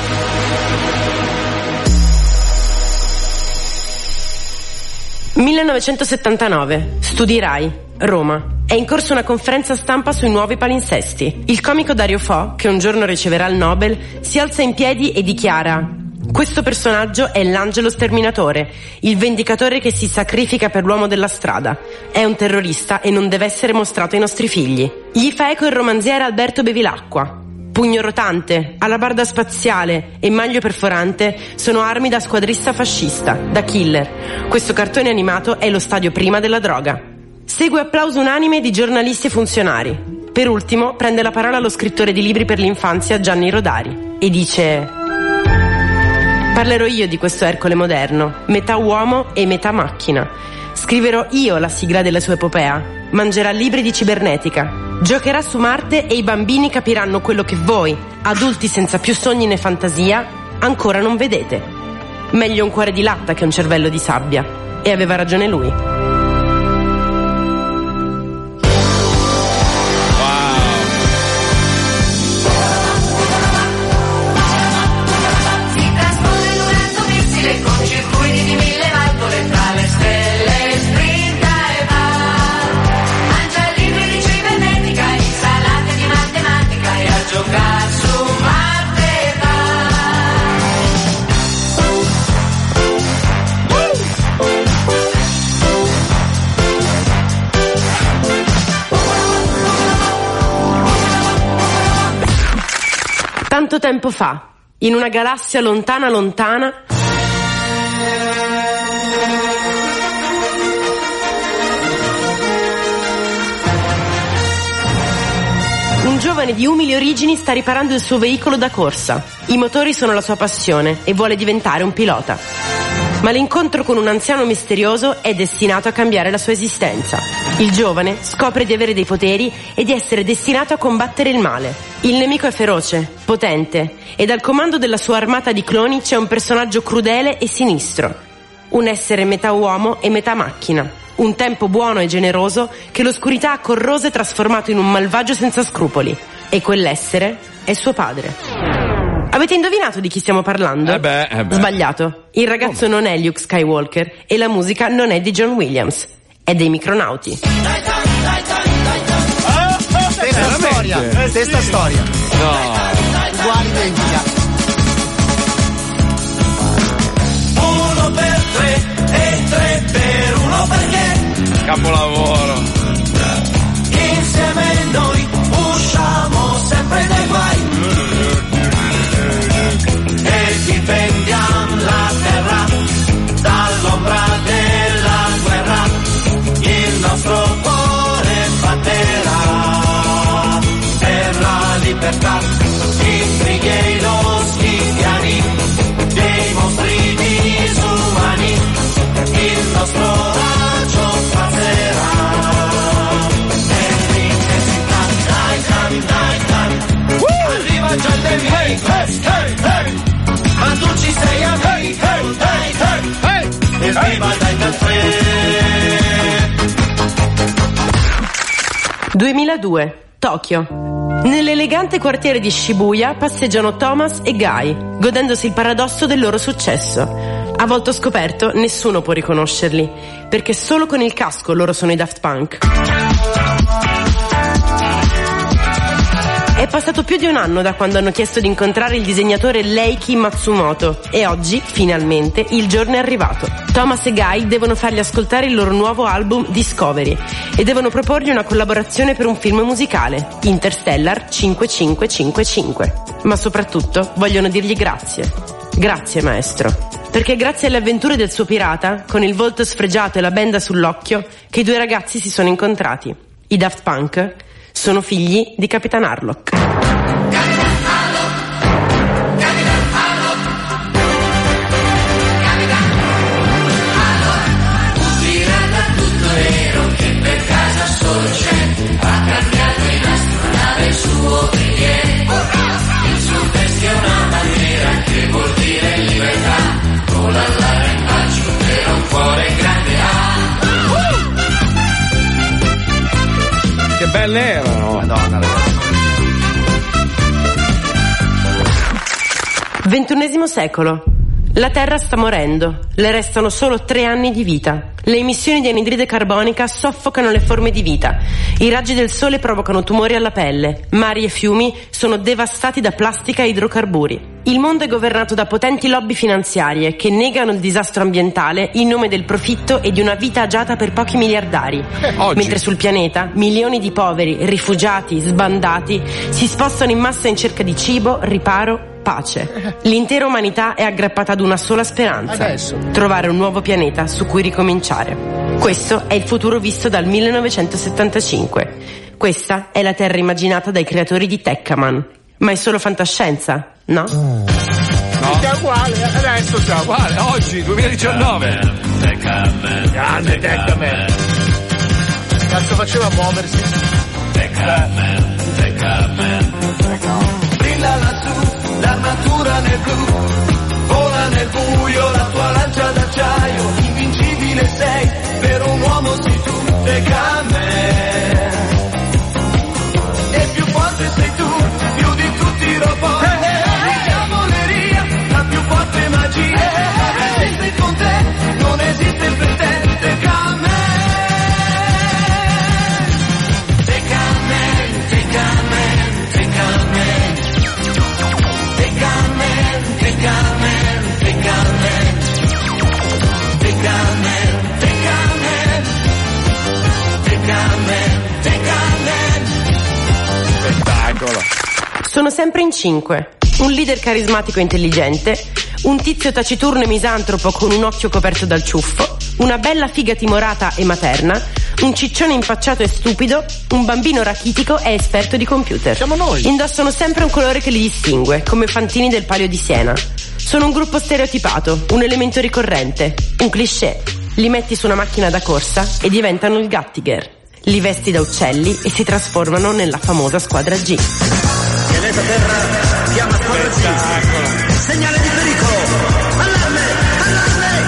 «1979. Studi Rai, Roma. È in corso una conferenza stampa sui nuovi palinsesti. Il comico Dario Fo, che un giorno riceverà il Nobel, si alza in piedi e dichiara: questo personaggio è l'angelo sterminatore, il vendicatore che si sacrifica per l'uomo della strada. È un terrorista e non deve essere mostrato ai nostri figli». Gli fa eco il romanziere Alberto Bevilacqua. Pugno rotante, alabarda spaziale e maglio perforante sono armi da squadrista fascista, da killer. Questo cartone animato è lo stadio prima della droga. Segue applauso unanime di giornalisti e funzionari. Per ultimo prende la parola lo scrittore di libri per l'infanzia Gianni Rodari e dice: parlerò io di questo Ercole moderno, metà uomo e metà macchina. Scriverò io la sigla della sua epopea. Mangerà libri di cibernetica. Giocherà su Marte e i bambini capiranno quello che voi, adulti senza più sogni né fantasia, ancora non vedete. Meglio un cuore di latta che un cervello di sabbia. E aveva ragione lui. Tanto tempo fa, in una galassia lontana lontana, un giovane di umili origini sta riparando il suo veicolo da corsa. I motori sono la sua passione e vuole diventare un pilota. Ma l'incontro con un anziano misterioso è destinato a cambiare la sua esistenza. Il giovane scopre di avere dei poteri e di essere destinato a combattere il male. Il nemico è feroce, potente, ed al comando della sua armata di cloni c'è un personaggio crudele e sinistro. Un essere metà uomo e metà macchina. Un tempo buono e generoso che l'oscurità ha corroso e trasformato in un malvagio senza scrupoli. E quell'essere è suo padre. Avete indovinato di chi stiamo parlando? Sbagliato. Il ragazzo non è Luke Skywalker e la musica non è di John Williams. È dei Micronauti. Stessa storia. No. Uguale, identica. 1 per 3 e 3 per 1 perché Capolavoro. Insieme noi usciamo sempre dai guai e difendiamo la terra dall'ombra della guerra. Il nostro cuore batterà per la libertà. Intrighe i loschi piani dei mostri disumani. Il nostro raggio spazzerà nell'intensità. Dai, arriva già il nemico. Hey, hey, hey. Ma tu ci sei amico. Hey, hey, hey. Evviva dai 2002, Tokyo. Nell'elegante quartiere di Shibuya passeggiano Thomas e Guy, godendosi il paradosso del loro successo. A volto scoperto, nessuno può riconoscerli, perché solo con il casco loro sono i Daft Punk. È passato più di un anno da quando hanno chiesto di incontrare il disegnatore Leiki Matsumoto e oggi, finalmente, il giorno è arrivato. Thomas e Guy devono fargli ascoltare il loro nuovo album Discovery e devono proporgli una collaborazione per un film musicale, Interstellar 5555. Ma soprattutto vogliono dirgli grazie. Grazie, maestro. Perché grazie alle avventure del suo pirata, con il volto sfregiato e la benda sull'occhio, che i due ragazzi si sono incontrati. I Daft Punk sono figli di Capitan Harlock. Pirata tutto nero che per casa solo c'è. Ha cambiato in astronave il suo briglie. Il suo testo è una bandiera che vuol dire libertà. Con l'allare in braccio però un cuore grande ha. Che belle erano. Madonna, ragazzi. XXI secolo. La Terra sta morendo. Le restano solo 3 anni di vita. Le emissioni di anidride carbonica soffocano le forme di vita. I raggi del sole provocano tumori alla pelle. Mari e fiumi sono devastati da plastica e idrocarburi. Il mondo è governato da potenti lobby finanziarie che negano il disastro ambientale in nome del profitto e di una vita agiata per pochi miliardari. Mentre sul pianeta milioni di poveri, rifugiati, sbandati si spostano in massa in cerca di cibo, riparo, pace. L'intera umanità è aggrappata ad una sola speranza: trovare un nuovo pianeta su cui ricominciare. Questo è il futuro visto dal 1975. Questa è la Terra immaginata dai creatori di Tekkaman. Ma è solo fantascienza, no? No. È uguale, adesso siamo uguale, oggi, 2019. Grande Tekkaman. Cazzo faceva muoversi? Tekkaman. Brilla lassù, l'armatura nel blu. Vola nel buio, la tua lancia d'acciaio. Invincibile sei, per un uomo sei tu, Tekkaman. E più forte sei tu, più di tutti i robot. La diavoleria, la più forte magia. Esiste con te, non esiste per te, Tekkaman. Sono sempre in 5. un leader carismatico e intelligente, un tizio taciturno e misantropo con un occhio coperto dal ciuffo, una bella figa timorata e materna, un ciccione impacciato e stupido, un bambino rachitico e esperto di computer. Siamo noi. Indossano sempre un colore che li distingue, come Fantini del Palio di Siena. Sono un gruppo stereotipato, un elemento ricorrente, un cliché. Li metti su una macchina da corsa e diventano il Gattiger. Li vesti da uccelli e si trasformano nella famosa squadra G. Pianeta Terra chiama squadra G. Segnale di pericolo. Allarme! Allarme!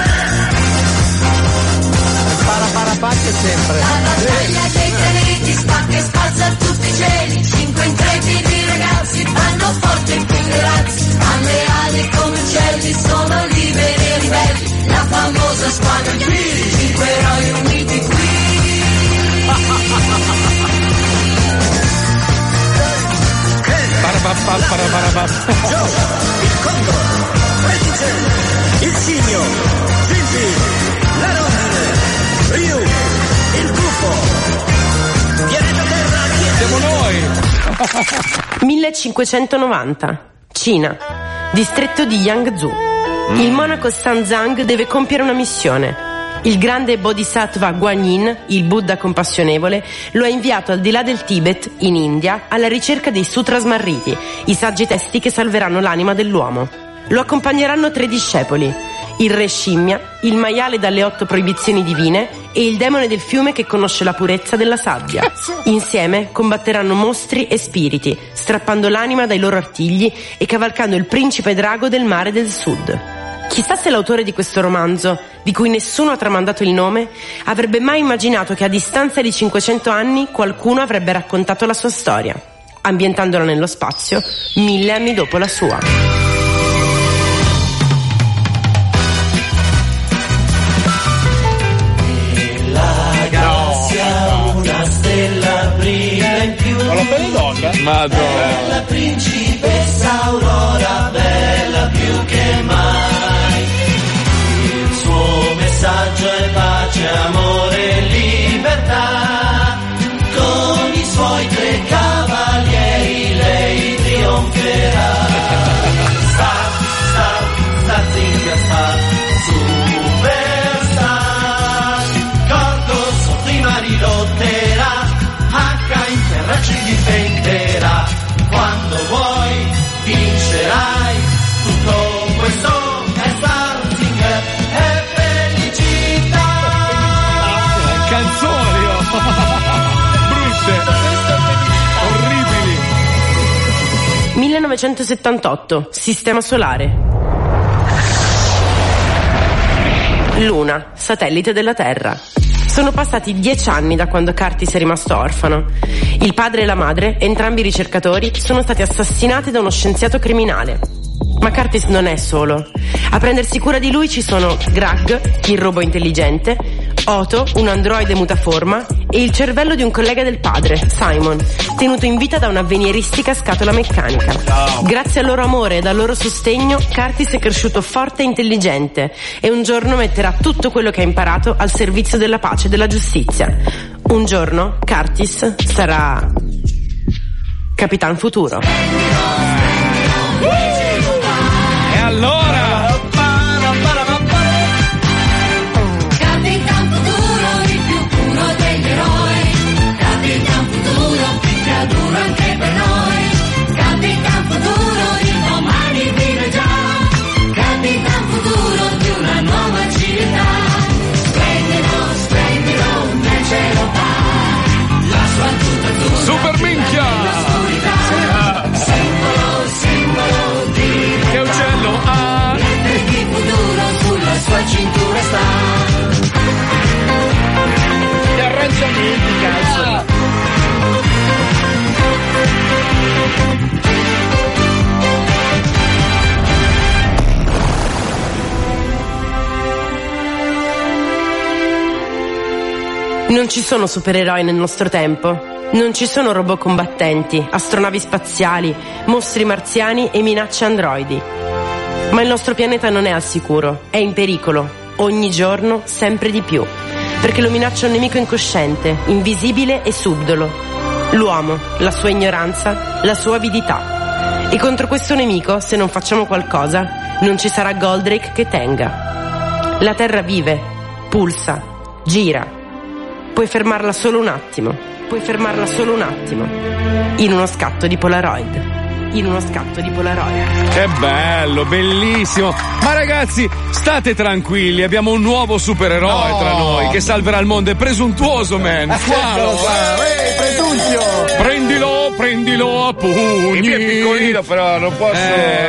Parapacchio sempre. La battaglia dei pianeti spacca e spazza tutti i cieli. 5 intrepidi ragazzi vanno forte in più razzi. Hanno le ali come uccelli, sono liberi e ribelli. La famosa squadra G. 5 eroi uniti qui. Joe, il Condor, Vertice, il Cigno, Gigi, la Rondine, Ryu, il Gufo, Pianeta Terra, siamo noi. 1590, Cina, distretto di Yangzhou. Il monaco Sanzang deve compiere una missione. Il grande Bodhisattva Guanyin, il Buddha compassionevole, lo ha inviato al di là del Tibet, in India, alla ricerca dei sutra smarriti, i saggi testi che salveranno l'anima dell'uomo. Lo accompagneranno 3 discepoli: il re scimmia, il maiale dalle 8 proibizioni divine e il demone del fiume che conosce la purezza della sabbia. Insieme combatteranno mostri e spiriti, strappando l'anima dai loro artigli e cavalcando il principe drago del mare del sud. Chissà se l'autore di questo romanzo, di cui nessuno ha tramandato il nome, avrebbe mai immaginato che a distanza di 500 anni qualcuno avrebbe raccontato la sua storia, ambientandola nello spazio 1000 anni dopo la sua. Nella galassia una stella brilla in più. Ma la pelle d'oca? Madonna. La principessa Aurora, bella più che mai. Messaggio è pace, amore e libertà. Con i suoi 3 cavalieri lei trionferà. Sta, zinga, superstar. Corto sotto i mari lotterà, H in terra ci difenderà. Quando vuoi vincerai, tutto questo è Star Singer. Canzoni brutte, orribili. 1978, Sistema Solare. Luna, satellite della Terra. Sono passati 10 anni da quando Curtis è rimasto orfano. Il padre e la madre, entrambi ricercatori, sono stati assassinati da uno scienziato criminale. Ma Curtis non è solo. A prendersi cura di lui ci sono Greg, il robot intelligente, Otto, un androide mutaforma, e il cervello di un collega del padre, Simon, tenuto in vita da un'avveniristica scatola meccanica. Grazie al loro amore e al loro sostegno, Curtis è cresciuto forte e intelligente e un giorno metterà tutto quello che ha imparato al servizio della pace e della giustizia. Un giorno Curtis sarà Capitan Futuro. E allora? Capitan Futuro, il più puro degli eroi. Capitan Futuro, creatura anche per noi. Capitan Futuro, il domani vive già. Capitan Futuro di una nuova civiltà. Splendido, nel cielo va. La sua tuta azzurra. Super minchia! Simbolo di che uccello ha? Lettere di futuro sulla sua cintura sta. Gli arrangiamenti, cazzo. Non ci sono supereroi nel nostro tempo. Non ci sono robot combattenti, astronavi spaziali, mostri marziani e minacce androidi. Ma il nostro pianeta non è al sicuro, è in pericolo, ogni giorno sempre di più, perché lo minaccia un nemico incosciente, invisibile e subdolo. L'uomo, la sua ignoranza, la sua avidità. E contro questo nemico, se non facciamo qualcosa, non ci sarà Goldrake che tenga. La Terra vive, pulsa, gira. Puoi fermarla solo un attimo. In uno scatto di Polaroid. Che bello, bellissimo. Ma ragazzi, state tranquilli, abbiamo un nuovo supereroe tra noi che salverà il mondo. È Presuntuoso Man. Presunzio. Prendilo a pugni. Il è piccolino, però non posso.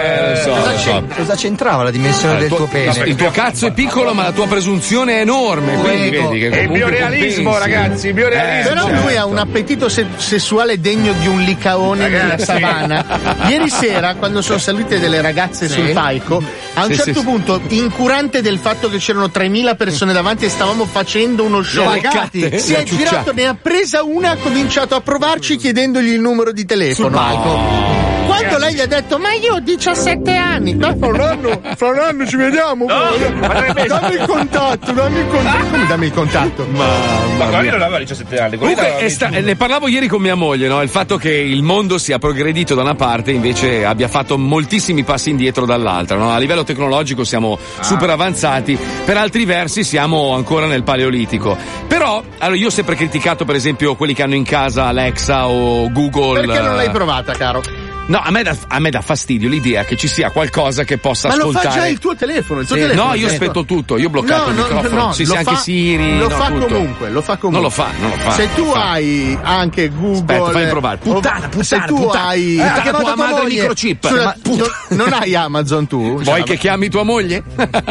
Lo so. Cosa c'entrava la dimensione del tuo pene? Il tuo cazzo è piccolo, ma la tua presunzione è enorme. Quindi vedi che è il biorealismo, ragazzi. Però lui ha un appetito sessuale degno di un licaone nella savana. Ieri sera, quando sono salite delle ragazze sul palco, a un certo punto, incurante del fatto che c'erano 3.000 persone davanti e stavamo facendo uno show, si è girato, ne ha presa una, ha cominciato a provarci chiedendogli il numero di telefono. Sul palco. Quando lei gli ha detto, ma io ho 17 anni, ma fra un anno ci vediamo. Dammi il contatto. Come dammi il contatto? Ma io non avevo 17 anni. Comunque, ne parlavo ieri con mia moglie, no? Il fatto che il mondo sia progredito da una parte, invece abbia fatto moltissimi passi indietro dall'altra, no? A livello tecnologico siamo super avanzati, per altri versi siamo ancora nel paleolitico. Però, allora, io ho sempre criticato, per esempio, quelli che hanno in casa Alexa o Google. Perché non l'hai provata, caro? No, a me dà fastidio l'idea che ci sia qualcosa che possa ascoltare. Ma lo fa già il tuo telefono. No, io aspetto tutto, io ho bloccato il microfono. No, sì, anche Siri. Lo fa comunque. Non lo fa. Se tu hai anche Google. Aspetta, fammi provare. Puttana. Se tu hai. Anche tua madre il microchip. Non hai Amazon tu? Vuoi che chiami tua moglie?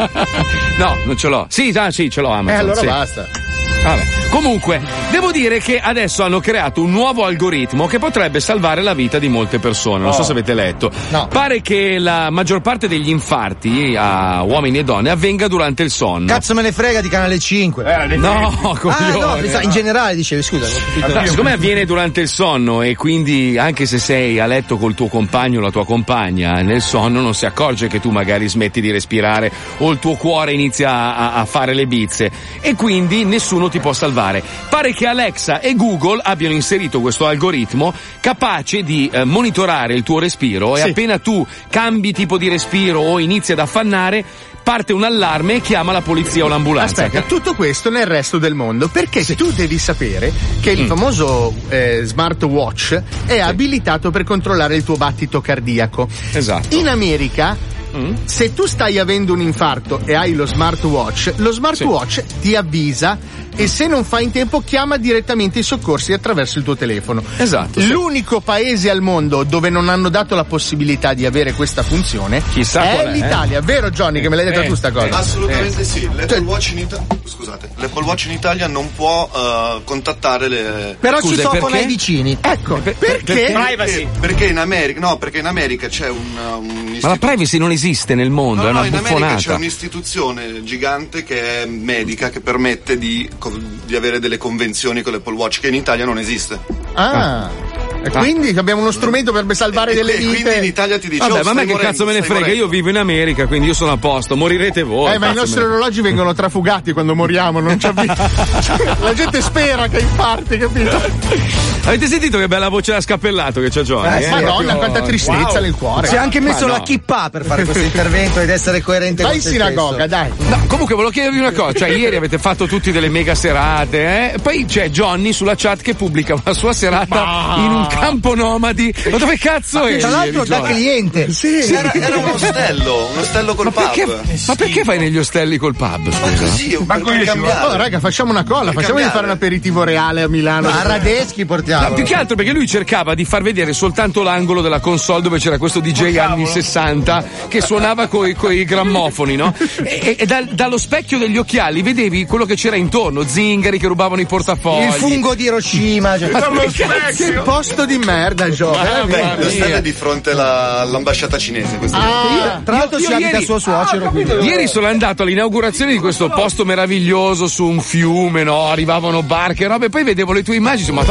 No, non ce l'ho. Sì, ce l'ho Amazon. Allora basta. Vabbè. Comunque, devo dire che adesso hanno creato un nuovo algoritmo che potrebbe salvare la vita di molte persone. Non so se avete letto. No. Pare che la maggior parte degli infarti a uomini e donne avvenga durante il sonno. Cazzo me ne frega di Canale 5. No, coglione. In generale dicevi, scusa. Siccome avviene durante il sonno e quindi anche se sei a letto col tuo compagno o la tua compagna, nel sonno non si accorge che tu magari smetti di respirare o il tuo cuore inizia a fare le bizze e quindi nessuno ti può salvare. Pare che Alexa e Google abbiano inserito questo algoritmo capace di monitorare il tuo respiro e appena tu cambi tipo di respiro o inizi ad affannare parte un allarme e chiama la polizia o l'ambulanza. Aspetta, tutto questo nel resto del mondo, perché tu devi sapere che il famoso smartwatch è abilitato per controllare il tuo battito cardiaco. Esatto. In America se tu stai avendo un infarto e hai lo smartwatch ti avvisa e se non fai in tempo chiama direttamente i soccorsi attraverso il tuo telefono. Esatto. L'unico paese al mondo dove non hanno dato la possibilità di avere questa funzione è l'Italia, vero Johnny che me l'hai detto tu sta cosa? Assolutamente sì. L'Apple Watch in Italia non può contattare le. Però ci soffrono i vicini. Ecco, perché? Privacy. Perché in America c'è un Ma la privacy non esiste nel mondo, è una in buffonata. America c'è un'istituzione gigante che è medica che permette di avere delle convenzioni con l'Apple Watch che inItalia non esiste. E quindi abbiamo uno strumento per salvare delle vite. Quindi in Italia ti dice vabbè, ma a me che cazzo me ne frega, io vivo in America, quindi io sono a posto, morirete voi. Ma i nostri orologi vengono trafugati quando moriamo, non c'è la gente spera che infarti, capito? Avete sentito che bella voce da scappellato che c'ha Johnny? Madonna, quanta tristezza nel cuore. Si è anche messo la kippa per fare questo intervento ed essere coerente con se stesso. Vai in sinagoga, dai. No, comunque volevo chiedervi una cosa, cioè ieri avete fatto tutti delle mega serate, poi c'è Johnny sulla chat che pubblica la sua serata in un campo nomadi. Ma dove cazzo è? Tra l'altro da cliente. Sì. Era uno ostello col pub. Ma perché vai negli ostelli col pub? Così, raga, facciamo una colla, facciamo di fare un aperitivo reale a Milano. A Radeschi portiamo. No, più che altro perché lui cercava di far vedere soltanto l'angolo della console dove c'era questo DJ anni 60 che suonava coi grammofoni, no? E dallo specchio degli occhiali vedevi quello che c'era intorno, zingari che rubavano i portafogli. Il fungo di Hiroshima. Che posto di merda, Gio. Lo stand è di fronte all'ambasciata cinese. Tra l'altro ci abita suo suocero. Ieri sono andato all'inaugurazione di questo posto meraviglioso su un fiume, no? Arrivavano barche e robe, poi vedevo le tue immagini, madonna mia che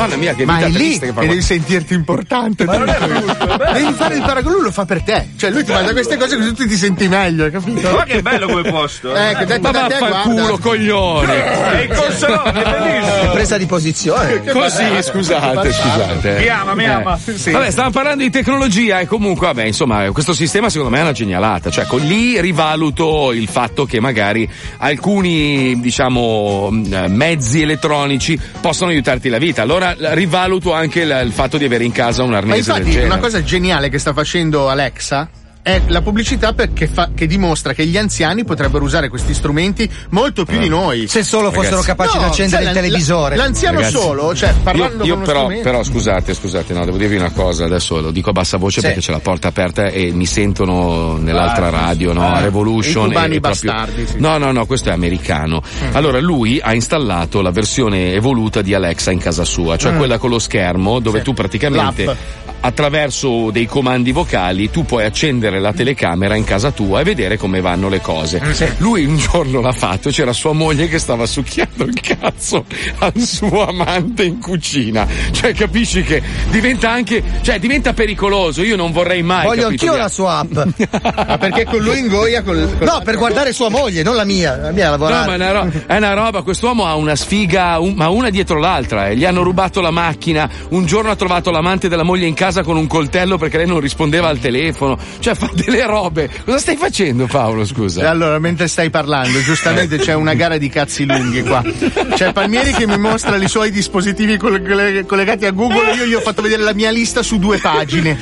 ma è lì che devi sentirti importante. Ma non è brutto, devi fare il paragone, lui lo fa per te. Cioè lui ti manda queste cose così tu ti senti meglio, hai capito? Ma che bello come posto. Che detto ma vaffanculo, coglione. È il consolone, è bellissimo. Presa di posizione. Così, scusate. Mi ama. Sì. Vabbè, stavamo parlando di tecnologia e comunque, vabbè, insomma, questo sistema secondo me è una genialata. Cioè, lì rivaluto il fatto che magari alcuni, diciamo, mezzi elettronici possono aiutarti la vita. Allora rivaluto anche il fatto di avere in casa un arnese del genere. Una cosa geniale che sta facendo Alexa è la pubblicità che dimostra che gli anziani potrebbero usare questi strumenti molto più di noi. Se solo fossero capaci di accendere il televisore. L'anziano solo, cioè parlando io con però, strumento. però scusate, no, devo dirvi una cosa, adesso lo dico a bassa voce perché c'è la porta aperta e mi sentono nell'altra radio, no? Revolution. I cubani bastardi. Sì. No, questo è americano. Allora lui ha installato la versione evoluta di Alexa in casa sua, cioè quella con lo schermo dove tu praticamente attraverso dei comandi vocali tu puoi accendere la telecamera in casa tua e vedere come vanno le cose. Lui un giorno l'ha fatto, c'era sua moglie che stava succhiando il cazzo al suo amante in cucina. Cioè capisci che diventa pericoloso. Io non vorrei mai. Voglio anch'io la sua app. Ma perché con lui ingoia no, per guardare sua moglie, non la mia. La mia lavorare. No, ma è una roba, quest'uomo ha una sfiga, ma una dietro l'altra. Gli hanno rubato la macchina. Un giorno ha trovato l'amante della moglie in casa con un coltello perché lei non rispondeva al telefono. Cioè fa delle robe. Cosa stai facendo, Paolo, scusa? E allora, mentre stai parlando, giustamente c'è una gara di cazzi lunghi qua. C'è Palmieri che mi mostra i suoi dispositivi collegati a Google. Io gli ho fatto vedere la mia lista su 2 pagine.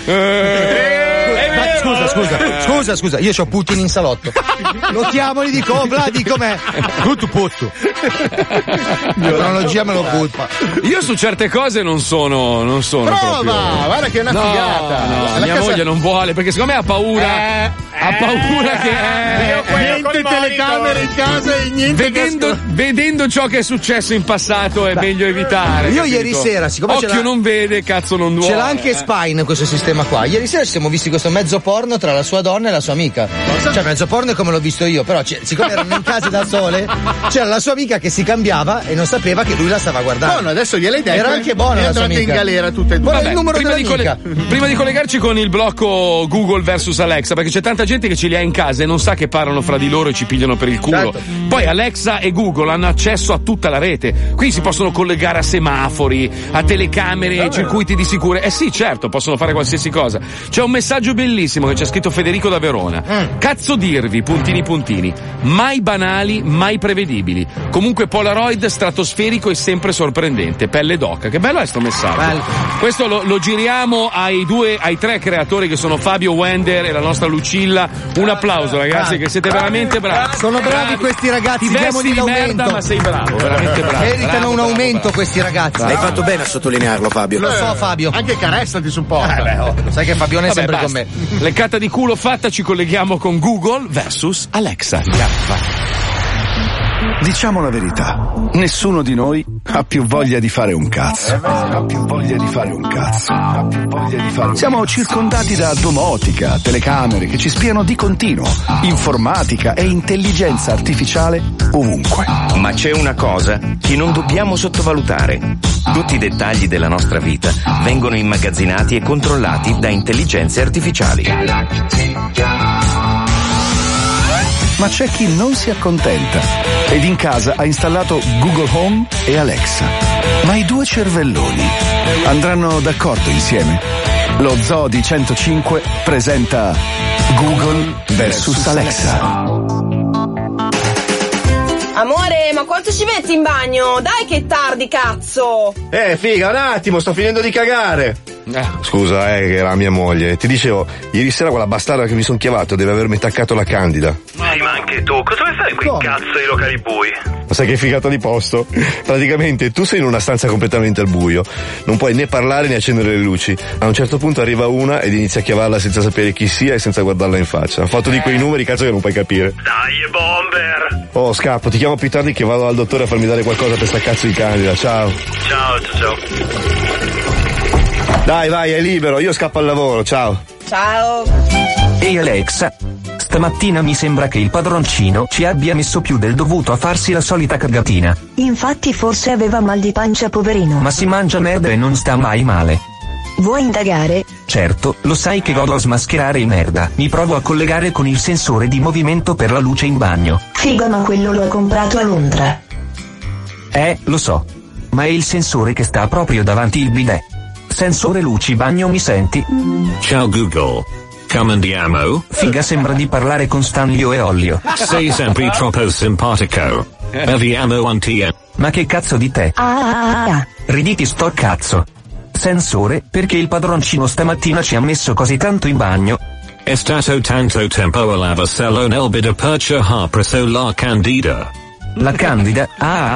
Scusa, io c'ho Putin in salotto. Lo chiamo e gli dico, oh Vladi, com'è? Tutto puzzo. La cronologia me lo butta. Io su certe cose non sono Prova, proprio. Guarda che è una figata. No, mia moglie non vuole perché secondo me ha paura. Ha paura che niente telecamere in casa e niente vedendo ciò che è successo in passato è meglio evitare. Io capito? ieri sera, siccome occhio non vede, cazzo non vuole. Ce l'ha anche Spine questo sistema qua. Ieri sera ci siamo visti questo mezzo porno tra la sua donna e la sua amica. Cioè mezzo porno è come l'ho visto io, però siccome erano in casa da sole, c'era la sua amica che si cambiava e non sapeva che lui la stava guardando. Buono, adesso gliel'hai detto. Era anche buono la sua amica. in galera tutte e due. Vabbè, il numero prima di collegarci con il blocco Google versus Alexa, perché c'è tanta gente che ce li ha in casa e non sa che parlano fra di loro e ci pigliano per il culo. Certo. Poi Alexa e Google hanno accesso a tutta la rete, quindi si possono collegare a semafori, a telecamere, circuiti di sicurezza. Sì, certo, possono fare qualsiasi cosa. C'è un messaggio bellissimo che c'è scritto Federico da Verona. Cazzo dirvi, puntini, mai banali, mai prevedibili. Comunque Polaroid stratosferico e sempre sorprendente. Pelle d'oca. Che bello è sto messaggio. Bello. Questo lo giriamo ai 3 creatori che sono Fabio Wender e la nostra Lucilla. Un applauso, ragazzi, che siete veramente bravi. Sono bravi questi ragazzi, ti vesti di merda, ma sei bravo, veramente bravo. Meritano un aumento questi ragazzi. Hai fatto bene a sottolinearlo, Fabio. Lo so, Fabio. Anche Caressa ti supporta. Sai che Fabione è sempre con me. Leccata di culo fatta, ci colleghiamo con Google versus Alexa. Diciamo la verità, nessuno di noi ha più voglia di fare un cazzo. Siamo circondati da domotica, telecamere che ci spiano di continuo, informatica e intelligenza artificiale ovunque. Ma c'è una cosa che non dobbiamo sottovalutare. Tutti i dettagli della nostra vita vengono immagazzinati e controllati da intelligenze artificiali. Ma c'è chi non si accontenta ed in casa ha installato Google Home e Alexa. Ma i 2 cervelloni andranno d'accordo insieme? Lo Zoo di 105 presenta Google versus Alexa. Amore, ma quanto ci metti in bagno? Dai che è tardi, cazzo! Figa, un attimo, sto finendo di cagare. Scusa, che era mia moglie. Ti dicevo, ieri sera quella bastarda che mi son chiavato deve avermi attaccato la candida. Ma anche tu, cosa vuoi fare qui in cazzo dei locali bui? Ma sai che figata di posto? Praticamente tu sei in una stanza completamente al buio, non puoi né parlare né accendere le luci. A un certo punto arriva una ed inizia a chiavarla senza sapere chi sia e senza guardarla in faccia. Ha fatto di quei numeri, cazzo, che non puoi capire. Dai, bomber! Oh, scappo, ti chiamo più tardi che vado al dottore a farmi dare qualcosa per sta cazzo di candida. Ciao. Ciao. Dai, vai, è libero, io scappo al lavoro, ciao. Ciao. E Alexa Stamattina mi sembra che il padroncino ci abbia messo più del dovuto a farsi la solita cagatina. Infatti forse aveva mal di pancia, poverino. Ma si mangia merda e non sta mai male. Vuoi indagare? Certo, lo sai che godo a smascherare il merda. Mi provo a collegare con il sensore di movimento per la luce in bagno. Figa, ma quello l'ho comprato a Londra. Lo so. Ma è il sensore che sta proprio davanti il bidet. Sensore luci bagno, mi senti? Ciao Google. Come andiamo? Figa, sembra di parlare con Stanlio e Ollio. Sei sempre troppo simpatico. Abbiamo un TM. Ma che cazzo di te? Riditi sto cazzo. Sensore, perché il padroncino stamattina ci ha messo così tanto in bagno? È stato tanto tempo a lavasello nel bidet perché ha preso la candida. La candida?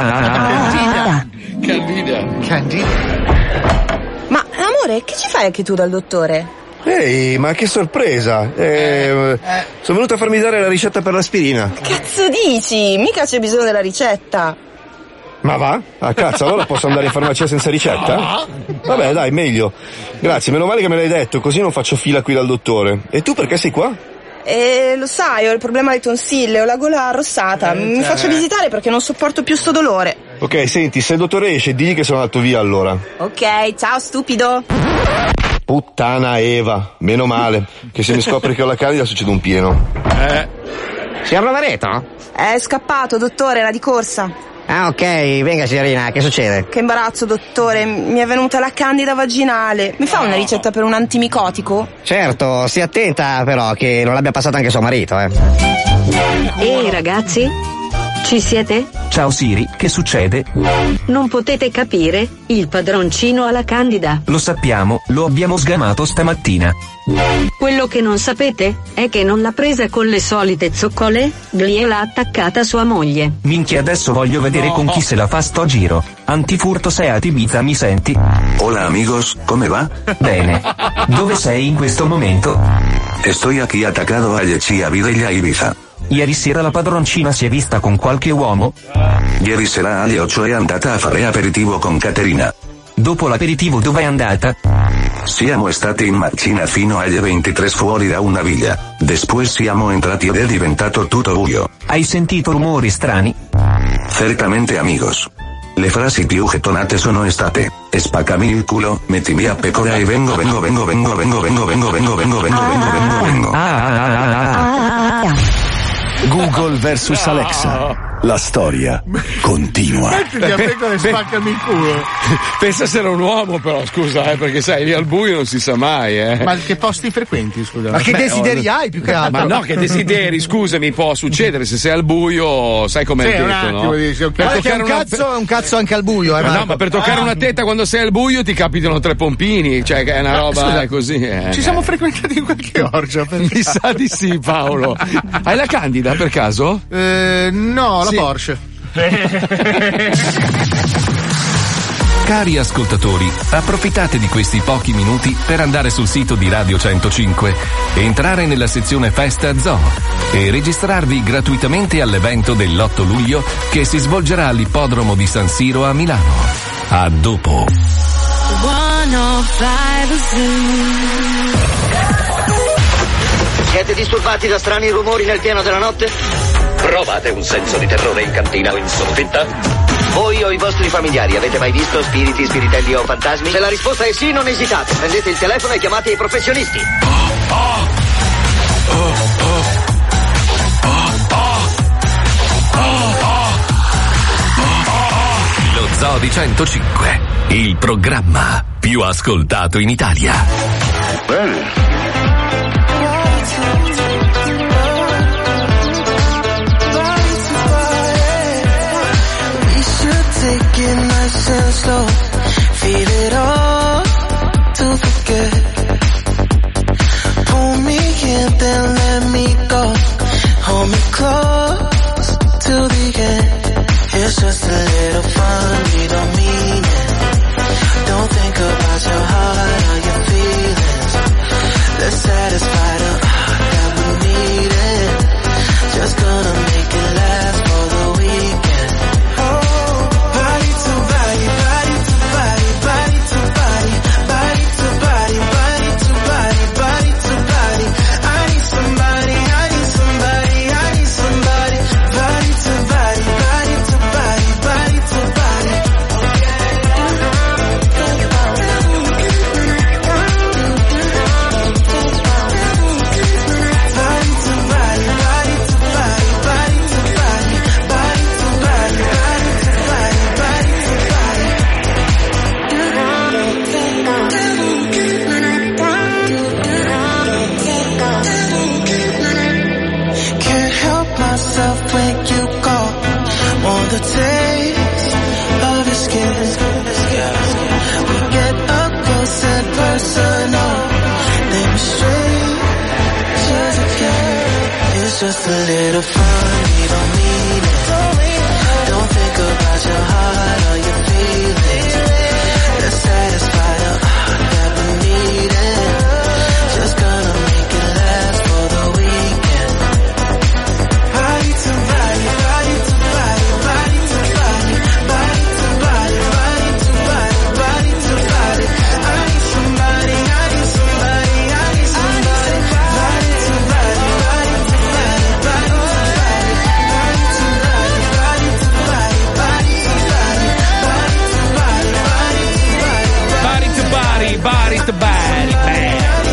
Candida. Ma amore, che ci fai anche tu dal dottore? Ehi, ma che sorpresa! Sono venuto a farmi dare la ricetta per l'aspirina. Cazzo dici? Mica c'è bisogno della ricetta. Ma va? Ah, cazzo, allora posso andare in farmacia senza ricetta? Vabbè, dai, meglio. Grazie, meno male che me l'hai detto, così non faccio fila qui dal dottore. E tu perché sei qua? Lo sai, ho il problema delle tonsille, ho la gola arrossata. Mi faccio visitare perché non sopporto più sto dolore. Ok, senti, se il dottore esce, digli che sono andato via allora. Ok, ciao stupido. Puttana Eva, meno male, che se mi scopri che ho la candida succede un pieno. Signor Lavareto? È scappato, dottore, era di corsa. Ah, ok, venga signorina, che succede? Che imbarazzo, dottore, mi è venuta la candida vaginale. Mi fa una ricetta per un antimicotico? Certo, stia attenta però che non l'abbia passata anche suo marito, Ehi ragazzi, ci siete? Ciao Siri, che succede? Non potete capire? Il padroncino ha la candida. Lo sappiamo, lo abbiamo sgamato stamattina. Quello che non sapete è che non l'ha presa con le solite zoccole, gliel'ha attaccata sua moglie. Minchia, adesso voglio vedere con chi se la fa sto giro. Antifurto Seat Ibiza, mi senti? Hola amigos, come va? Bene. Dove sei in questo momento? Estoy aquí atacado a Yechia Vidella Ibiza. Ieri sera la padroncina si è vista con qualche uomo? Ieri sera alle 8 è andata a fare aperitivo con Caterina. Dopo l'aperitivo dove è andata? Siamo stati in macchina fino alle 23 fuori da una villa. Después siamo entrati ed è diventato tutto buio. Hai sentito rumori strani? Certamente amigos. Le frasi più gettonate sono state: spaccami il culo, mettimi a pecora e vengo. Google vs Alexa. La storia continua. Mettiti a pecora e spaccami il culo. Pensa se era un uomo però, scusa, perché sai, lì al buio non si sa mai, Ma che posti frequenti, scusa? Ma che desideri hai più che altro? Ma no, che desideri, scusami, può succedere se sei al buio, sai com'è detto, no? È un cazzo anche al buio, no, ma per toccare una tetta quando sei al buio ti capitano 3 pompini, cioè che è una roba scusa, così. Ci siamo frequentati in qualche orgia. Mi sa di sì, Paolo. Hai la candida per caso? No, la Porsche. Cari ascoltatori, approfittate di questi pochi minuti per andare sul sito di Radio 105, entrare nella sezione Festa Zoo e registrarvi gratuitamente all'evento dell'8 luglio che si svolgerà all'ippodromo di San Siro a Milano. A dopo. Siete disturbati da strani rumori nel pieno della notte? Provate un senso di terrore in cantina o in soffitta? Voi o i vostri familiari avete mai visto spiriti, spiritelli o fantasmi? Se la risposta è sì, non esitate. Prendete il telefono e chiamate i professionisti. Lo Zoo di 105, il programma più ascoltato in Italia. Bene. Take it nice and slow, feel it all to forget. Pull me in, then let me go. Hold me close to the end. It's just a little fun, we don't mean it. Don't think about your heart or your feelings. myself when you call. Want the taste of your skin. We get up close and personal. Then we're strangers again. It's just a little fun, we don't need it. Don't think about your heart or your feelings. Let's satisfy the heart that we need it. Just gonna make it last for the weekend. Body to body, body to body, body to body, body to body, body to body, body to body. I need somebody, I need somebody, I need somebody. Body to body, body to body, body to body, body to body, body to body, body to body, body to body, body to body, Body to body, body to body, bang.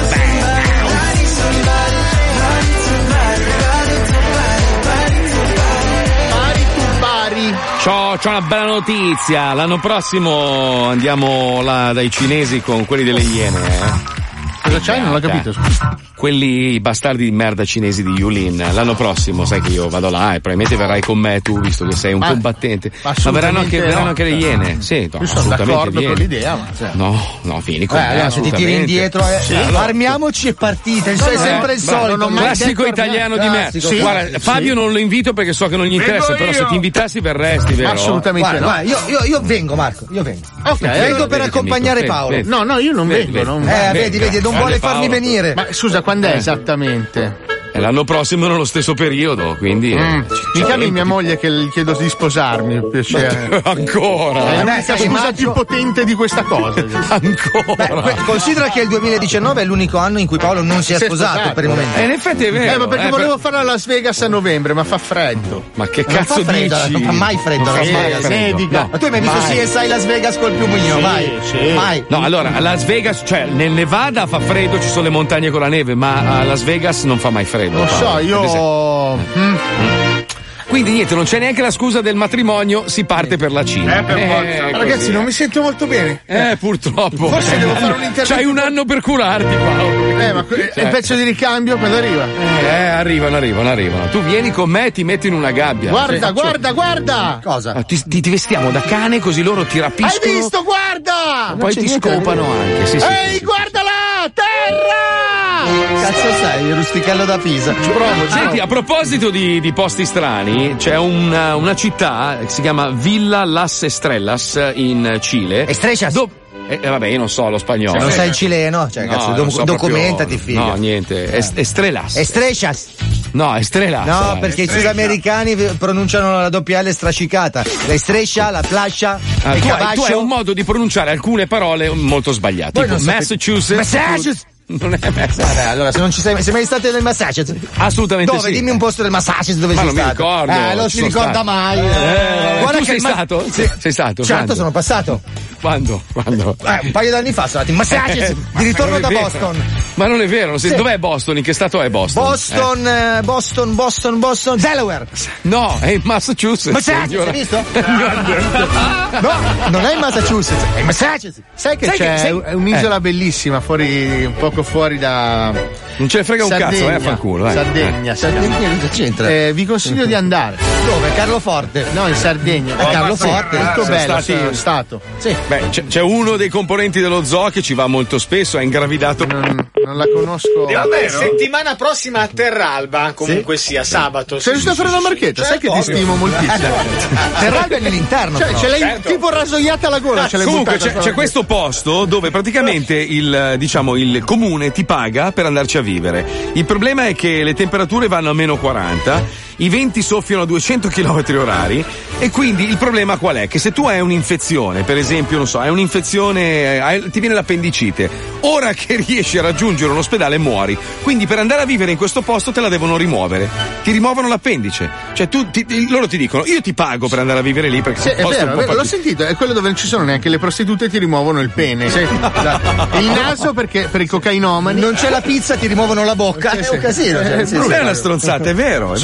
C'ho una bella notizia. L'anno prossimo andiamo là dai cinesi con quelli delle Iene. Cosa c'hai? Non l'ho capito. Quelli bastardi di merda cinesi di Yulin. L'anno prossimo, sai che io vado là e probabilmente verrai con me tu, visto che sei un combattente. Ma verranno anche le Iene. Sì, no, io sono d'accordo con l'idea, ma cioè. No, vieni con me. Allora, se ti tiri indietro, armiamoci e partite. Sei sempre il solito. Classico italiano di me. Sì, guarda, Fabio non lo invito perché so che non gli interessa, però se ti invitassi verresti, vero? Assolutamente no. Io vengo, Marco, io vengo. Ok, vengo per accompagnare Paolo. No, io non vengo. Vedi, non vuole farmi venire. Ma scusa, quando è esattamente? L'anno prossimo nello stesso periodo, quindi. Mi chiami mia moglie che gli chiedo di sposarmi, per piacere. Ancora? È l'unica scusa più potente di questa cosa. Ancora? Considera che il 2019 è l'unico anno in cui Paolo non si è sposato per il momento. In effetti è vero. Ma perché volevo farlo a Las Vegas a novembre, ma fa freddo. Ma che cazzo dici? Non fa mai freddo a Las Vegas. Medica. Ma tu hai mai visto CSI Las Vegas col piumino? Mai. Mai. No, allora, a Las Vegas, cioè nel Nevada fa freddo, ci sono le montagne con la neve, ma a Las Vegas non fa mai freddo. Lo so, io. Quindi niente, non c'è neanche la scusa del matrimonio, si parte per la Cina. Ragazzi, non mi sento molto bene. Purtroppo. Forse devo fare un intervento. C'hai un anno per curarti, Paolo. Ma il pezzo di ricambio quando arriva? Arrivano. Tu vieni con me e ti metti in una gabbia. Guarda! Cosa? Ti vestiamo da cane così loro ti rapiscono. Hai visto? Guarda! Poi ti scopano anche. Sì, Ehi, guarda là! Terra! Cazzo sei, il rustichello da Pisa. Senti, a proposito di posti strani, c'è una città che si chiama Villa Las Estrellas in Cile. Estrellas? Vabbè, io non so lo spagnolo. Se non sei cileno, cioè, cazzo, documentati, figlio. No, niente. Estrellas. Estrellas. No, Estrellas. No, perché i sudamericani pronunciano la doppia L strascicata. La estrescia, la plascia, il cavallo. Tu hai un modo di pronunciare alcune parole molto sbagliate. Tipo Massachusetts. Non è Massachusetts. Vabbè, allora, se non ci sei mai state nel Massachusetts? Assolutamente dove? sì. Dimmi un posto del Massachusetts dove sei stato. Non mi ricordo. Non si ricorda mai. Guarda, tu sei stato? Sì. Sei stato? Certo, sono passato. Quando? Un paio d'anni fa sono andato in Massachusetts, di ritorno da Boston. Ma non è vero, dov'è Boston? In che stato è Boston? Boston, Delaware. No, è in Massachusetts. Massachusetts, hai visto? No, non è in Massachusetts, è in Massachusetts. Sai che c'è un'isola bellissima fuori, poco fuori da. Non ce ne frega un cazzo, fanculo. Sardegna. Cosa c'entra? Vi consiglio di andare. Dove? Carloforte? No, in Sardegna. Carloforte. Molto bello, sono stato. Sì. Beh, c'è uno dei componenti dello zoo che ci va molto spesso, è ingravidato. Non la conosco. Vabbè, settimana prossima a Terralba, comunque sia, sabato. Sei giusto a fare una marchetta, sai che ti stimo moltissimo. Terralba è nell'interno. Cioè, ce l'hai tipo rasoiata alla gola. Comunque c'è questo posto dove praticamente il comune ti paga per andarci a vivere. Il problema è che le temperature vanno a meno 40, i venti soffiano a 200 km/h e quindi il problema qual è? Che se tu hai un'infezione, per esempio, non so, hai un'infezione, ti viene l'appendicite, ora che riesci a raggiungere un ospedale muori, quindi per andare a vivere in questo posto te la devono rimuovere, ti rimuovono l'appendice, cioè loro ti dicono io ti pago per andare a vivere lì perché è vero, l'ho sentito, è quello dove non ci sono neanche le prostitute, ti rimuovono il pene, il naso perché per i cocainomani, non c'è la pizza, ti rimuovono la bocca, è un casino, non è una stronzata, è vero, sì,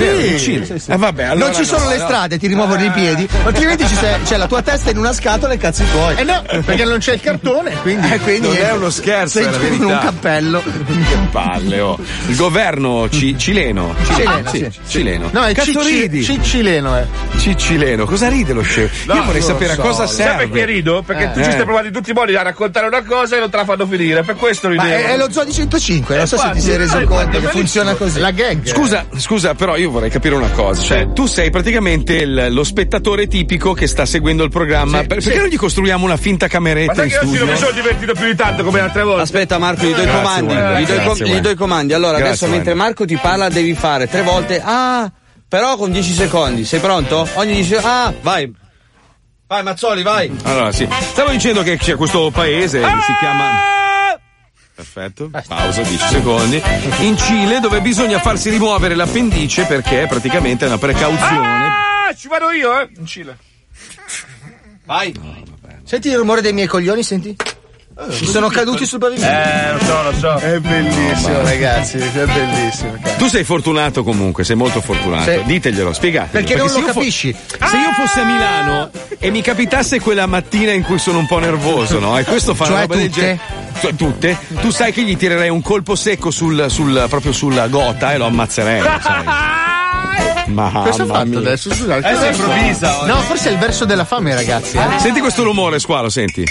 Cile. Vabbè, allora non ci sono le strade, ti rimuovono i piedi, altrimenti c'è la tua testa in una scatola e cazzi tuoi. No, perché non c'è il cartone, quindi non è uno scherzo, sei è la tu verità. con un cappello. Che palle, oh. Il governo cileno. Cileno. No, è cazzo ridi? Cicileno è. Cicileno, cosa ride lo scemo? Io vorrei sapere a cosa serve. Sai perché rido? Perché tu ci stai provando in tutti i modi a raccontare una cosa e non te la fanno finire, per questo ridevo. Ma è lo Zoo di 105, non so se ti sei reso conto che funziona così. La gag. Scusa, però io vorrei capire una cosa. Cioè, tu sei praticamente lo spettatore tipico che sta seguendo il programma. Perché non gli costruiamo una finta cameretta Ma in sai che studio? non mi sono divertito più di tanto come altre volte. Aspetta Marco, gli do i comandi. Gli do i comandi. Allora, adesso mentre Marco ti parla devi fare 3 volte però con 10 secondi. Sei pronto? Ogni 10 secondi. Vai. Vai Mazzoli, vai. Allora, sì. Stavo dicendo che c'è questo paese che si chiama... Perfetto, pausa, 10 secondi. In Cile, dove bisogna farsi rimuovere l'appendice perché praticamente è una precauzione. Ci vado io, in Cile. Vai. Senti il rumore dei miei coglioni, senti? Ci sono caduti sul pavimento. Lo so. È bellissimo, ragazzi, è bellissimo. Tu sei fortunato comunque, sei molto fortunato. Sì. Diteglielo, spiegate. Perché non lo capisci. Se io fossi a Milano e mi capitasse quella mattina in cui sono un po' nervoso, no? E questo fa una roba del genere. Tutte? Tu sai che gli tirerei un colpo secco proprio sulla gota e lo ammazzerei, lo sai. Cosa ha fatto adesso? Scusate, improvvisa. No, forse è il verso della fame, ragazzi. Senti questo rumore, Squalo, senti.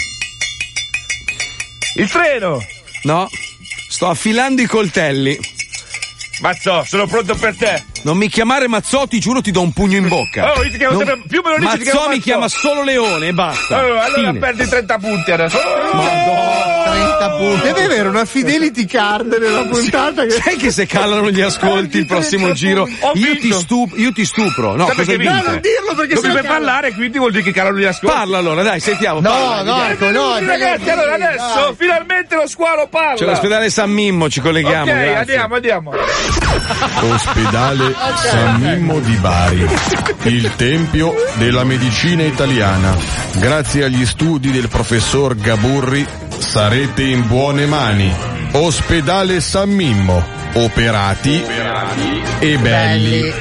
Il treno! No, sto affilando i coltelli. Mazzo, sono pronto per te. Non mi chiamare Mazzò, ti giuro ti do un pugno in bocca. Io ti chiamo sempre, più me lo dici ti chiamo Mazzò mi chiama solo Leone e basta. Allora Fine. perdi 30 punti adesso. 30 punti. Deve avere una fidelity card nella puntata. Sai che se calano gli ascolti il prossimo giro io ti stupro. No, cosa vinto? Non dirlo perché non mi fai parlare, quindi vuol dire che calano gli ascolti. Parla allora, dai, sentiamo. No, Marco, no. Ragazzi, allora adesso finalmente lo Squalo parla. C'è l'ospedale San Mimmo, ci colleghiamo. Ok, andiamo. Ospedale San Mimmo di Bari, il tempio della medicina italiana. Grazie agli studi del professor Gaburri sarete in buone mani. Ospedale San Mimmo, operati e belli.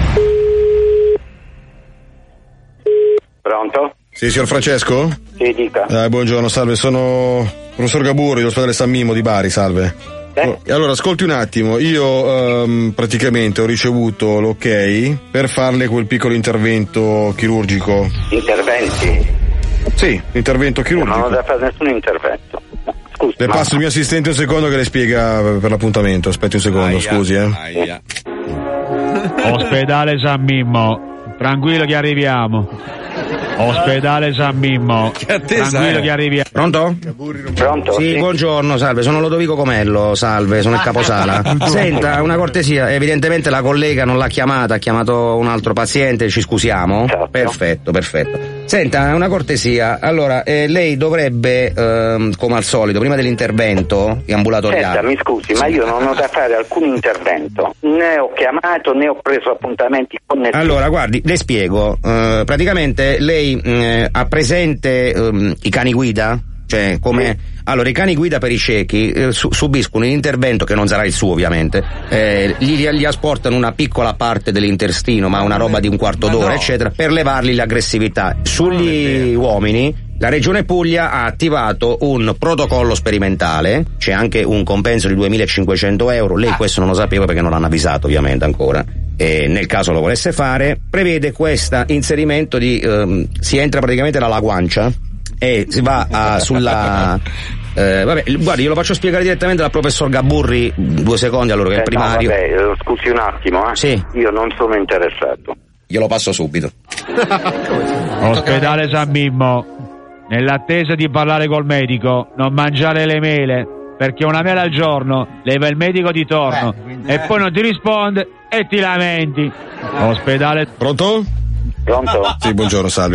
Pronto? Sì, signor Francesco? Sì, dica. Buongiorno, salve, sono professor Gaburri dell'ospedale San Mimmo di Bari, salve. Allora, ascolti un attimo, io praticamente ho ricevuto l'ok per farle quel piccolo intervento chirurgico. Interventi? Sì, intervento chirurgico. Non ho da fare nessun intervento. Scusi. Le passo il mio assistente un secondo che le spiega per l'appuntamento. Aspetti un secondo, scusi. Ospedale San Mimmo, tranquillo che arriviamo. Ospedale San Mimmo, tranquillo che arriviamo. Pronto? Pronto? Sì, buongiorno, salve, sono Lodovico Comello, salve, sono il caposala. Senta, una cortesia, evidentemente la collega non l'ha chiamata, ha chiamato un altro paziente, ci scusiamo? Certo. Perfetto. Senta, una cortesia, allora, lei dovrebbe, come al solito, prima dell'intervento ambulatoriale... Senta, mi scusi, ma io non ho da fare alcun intervento, né ho chiamato né ho preso appuntamenti con nessuno. Allora, guardi, le spiego, praticamente lei ha presente i cani guida? Cioè, come... Allora, i cani guida per i ciechi subiscono un intervento che non sarà il suo, ovviamente. Gli asportano una piccola parte dell'intestino, ma una roba di un quarto d'ora, eccetera, per levargli l'aggressività. Sugli uomini, la Regione Puglia ha attivato un protocollo sperimentale, c'è anche un compenso di 2.500 euro. Lei questo non lo sapeva perché non l'hanno avvisato, ovviamente, ancora. E nel caso lo volesse fare, prevede questo inserimento di si entra praticamente dalla guancia e si va sulla vabbè, guardi, io lo faccio spiegare direttamente dal professor Gaburri, 2 secondi, allora, che è il primario. No, vabbè, scusi un attimo, Sì. Io non sono interessato. Glielo passo subito. Ospedale San Mimmo, nell'attesa di parlare col medico, non mangiare le mele, perché una mela al giorno leva il medico di torno e poi non ti risponde e ti lamenti. Ospedale. Pronto? Pronto? Sì, buongiorno, salve.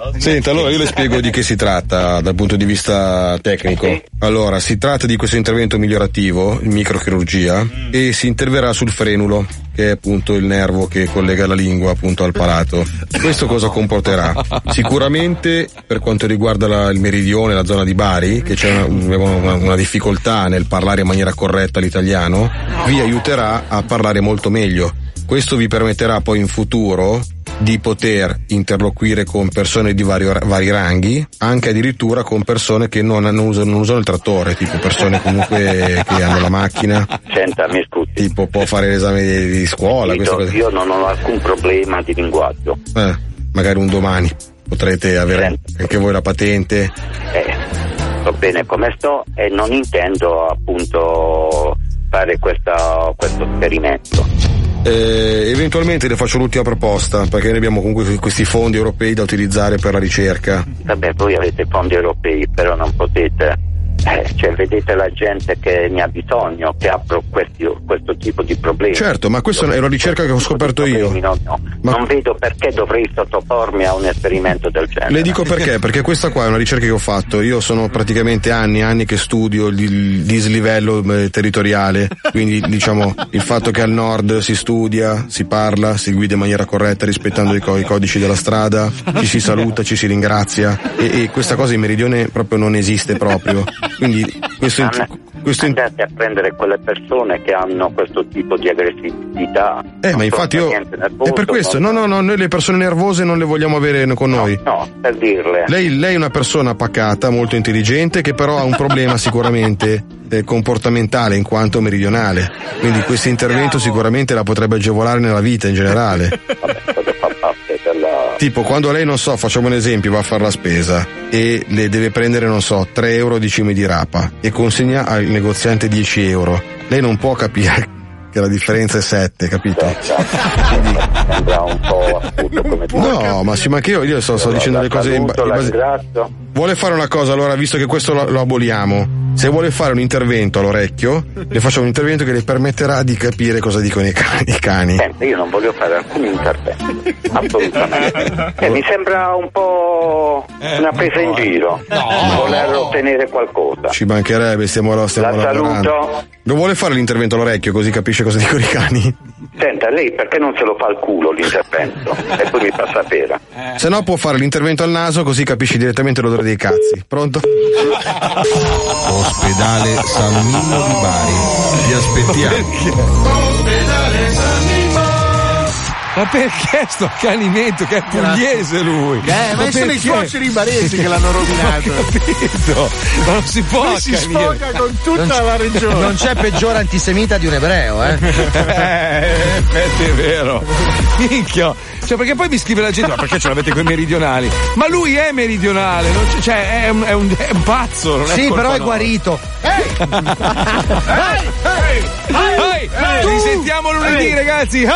Senta, allora io le spiego di che si tratta dal punto di vista tecnico. Allora, si tratta di questo intervento migliorativo, in microchirurgia, e si interverrà sul frenulo, che è appunto il nervo che collega la lingua appunto al palato. Questo cosa comporterà? Sicuramente per quanto riguarda il meridione, la zona di Bari, che c'è una difficoltà nel parlare in maniera corretta l'italiano, vi aiuterà a parlare molto meglio. Questo vi permetterà poi in futuro di poter interloquire con persone di vari ranghi, anche addirittura con persone che non usano il trattore, tipo persone comunque che hanno la macchina. Senta, mi scusi. Tipo può fare l'esame di scuola. Io non ho alcun problema di linguaggio. Magari un domani potrete avere anche voi la patente. Sto bene come sto e non intendo appunto fare questo esperimento. Eventualmente le faccio l'ultima proposta, perché noi abbiamo comunque questi fondi europei da utilizzare per la ricerca. Vabbè, voi avete fondi europei, però non potete, vedete la gente che ne ha bisogno, che ha questo tipo di problemi. Certo, ma questa è una ricerca che ho scoperto io. Non vedo perché dovrei sottopormi a un esperimento del genere. Le dico perché questa qua è una ricerca che ho fatto. Io sono praticamente anni che studio il dislivello territoriale, quindi diciamo il fatto che al nord si studia, si parla, si guida in maniera corretta rispettando i codici della strada, ci si saluta, ci si ringrazia, e questa cosa in meridione proprio non esiste proprio. Quindi andate a prendere quelle persone che hanno questo tipo di aggressività. Ma infatti io è per questo, no, noi le persone nervose non le vogliamo avere con noi. No, per dirle. Lei è una persona pacata, molto intelligente, che però ha un problema sicuramente comportamentale in quanto meridionale. Quindi questo intervento sicuramente la potrebbe agevolare nella vita in generale. Tipo quando lei, non so, facciamo un esempio, va a fare la spesa e le deve prendere, non so, 3 euro di cime di rapa e consegna al negoziante 10 euro. Lei non può capire che la differenza è 7, capito? Sembra un po' assurdo come dire. No, ma sì, ma che io sto dicendo le cose Vuole fare una cosa, allora, visto che questo lo aboliamo, se vuole fare un intervento all'orecchio, le facciamo un intervento che le permetterà di capire cosa dicono i cani. Io non voglio fare alcun intervento, assolutamente. Mi sembra un po' una presa in giro, voler ottenere qualcosa. Ci mancherebbe, stiamo lavorando. Saluto. Non vuole fare l'intervento all'orecchio così capisce cosa dicono i cani? Senta, lei perché non se lo fa al culo l'intervento e poi mi fa sapere? Se no può fare l'intervento al naso così capisci direttamente l'odore dei cazzi. Pronto? Ospedale San Mimmo di Bari. Ti aspettiamo. Ospedale San Mimmo. Ma perché sto accanimento? Che è pugliese lui! Ma sono i suoceri baresi che l'hanno rovinato. Capito? Ma non si può. Lui si sfoga con tutta la regione. Non c'è peggiore antisemita di un ebreo, effetti è vero. Minchia. Cioè, perché poi mi scrive la gente, ma perché ce l'avete con i meridionali? Ma lui è meridionale, è un pazzo, non è? Sì, però è guarito. Ci sentiamo lunedì, ragazzi.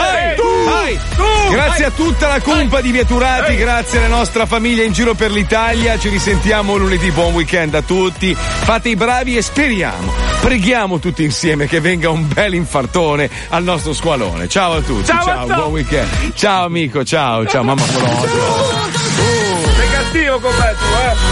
Grazie a tutta la cumpa di Vieturati, grazie alla nostra famiglia in giro per l'Italia. Ci risentiamo lunedì. Buon weekend a tutti. Fate i bravi e preghiamo tutti insieme che venga un bel infartone al nostro squalone. Ciao a tutti. Ciao, buon weekend. Ciao amico, ciao, mamma Colombo. Sei cattivo con me tu,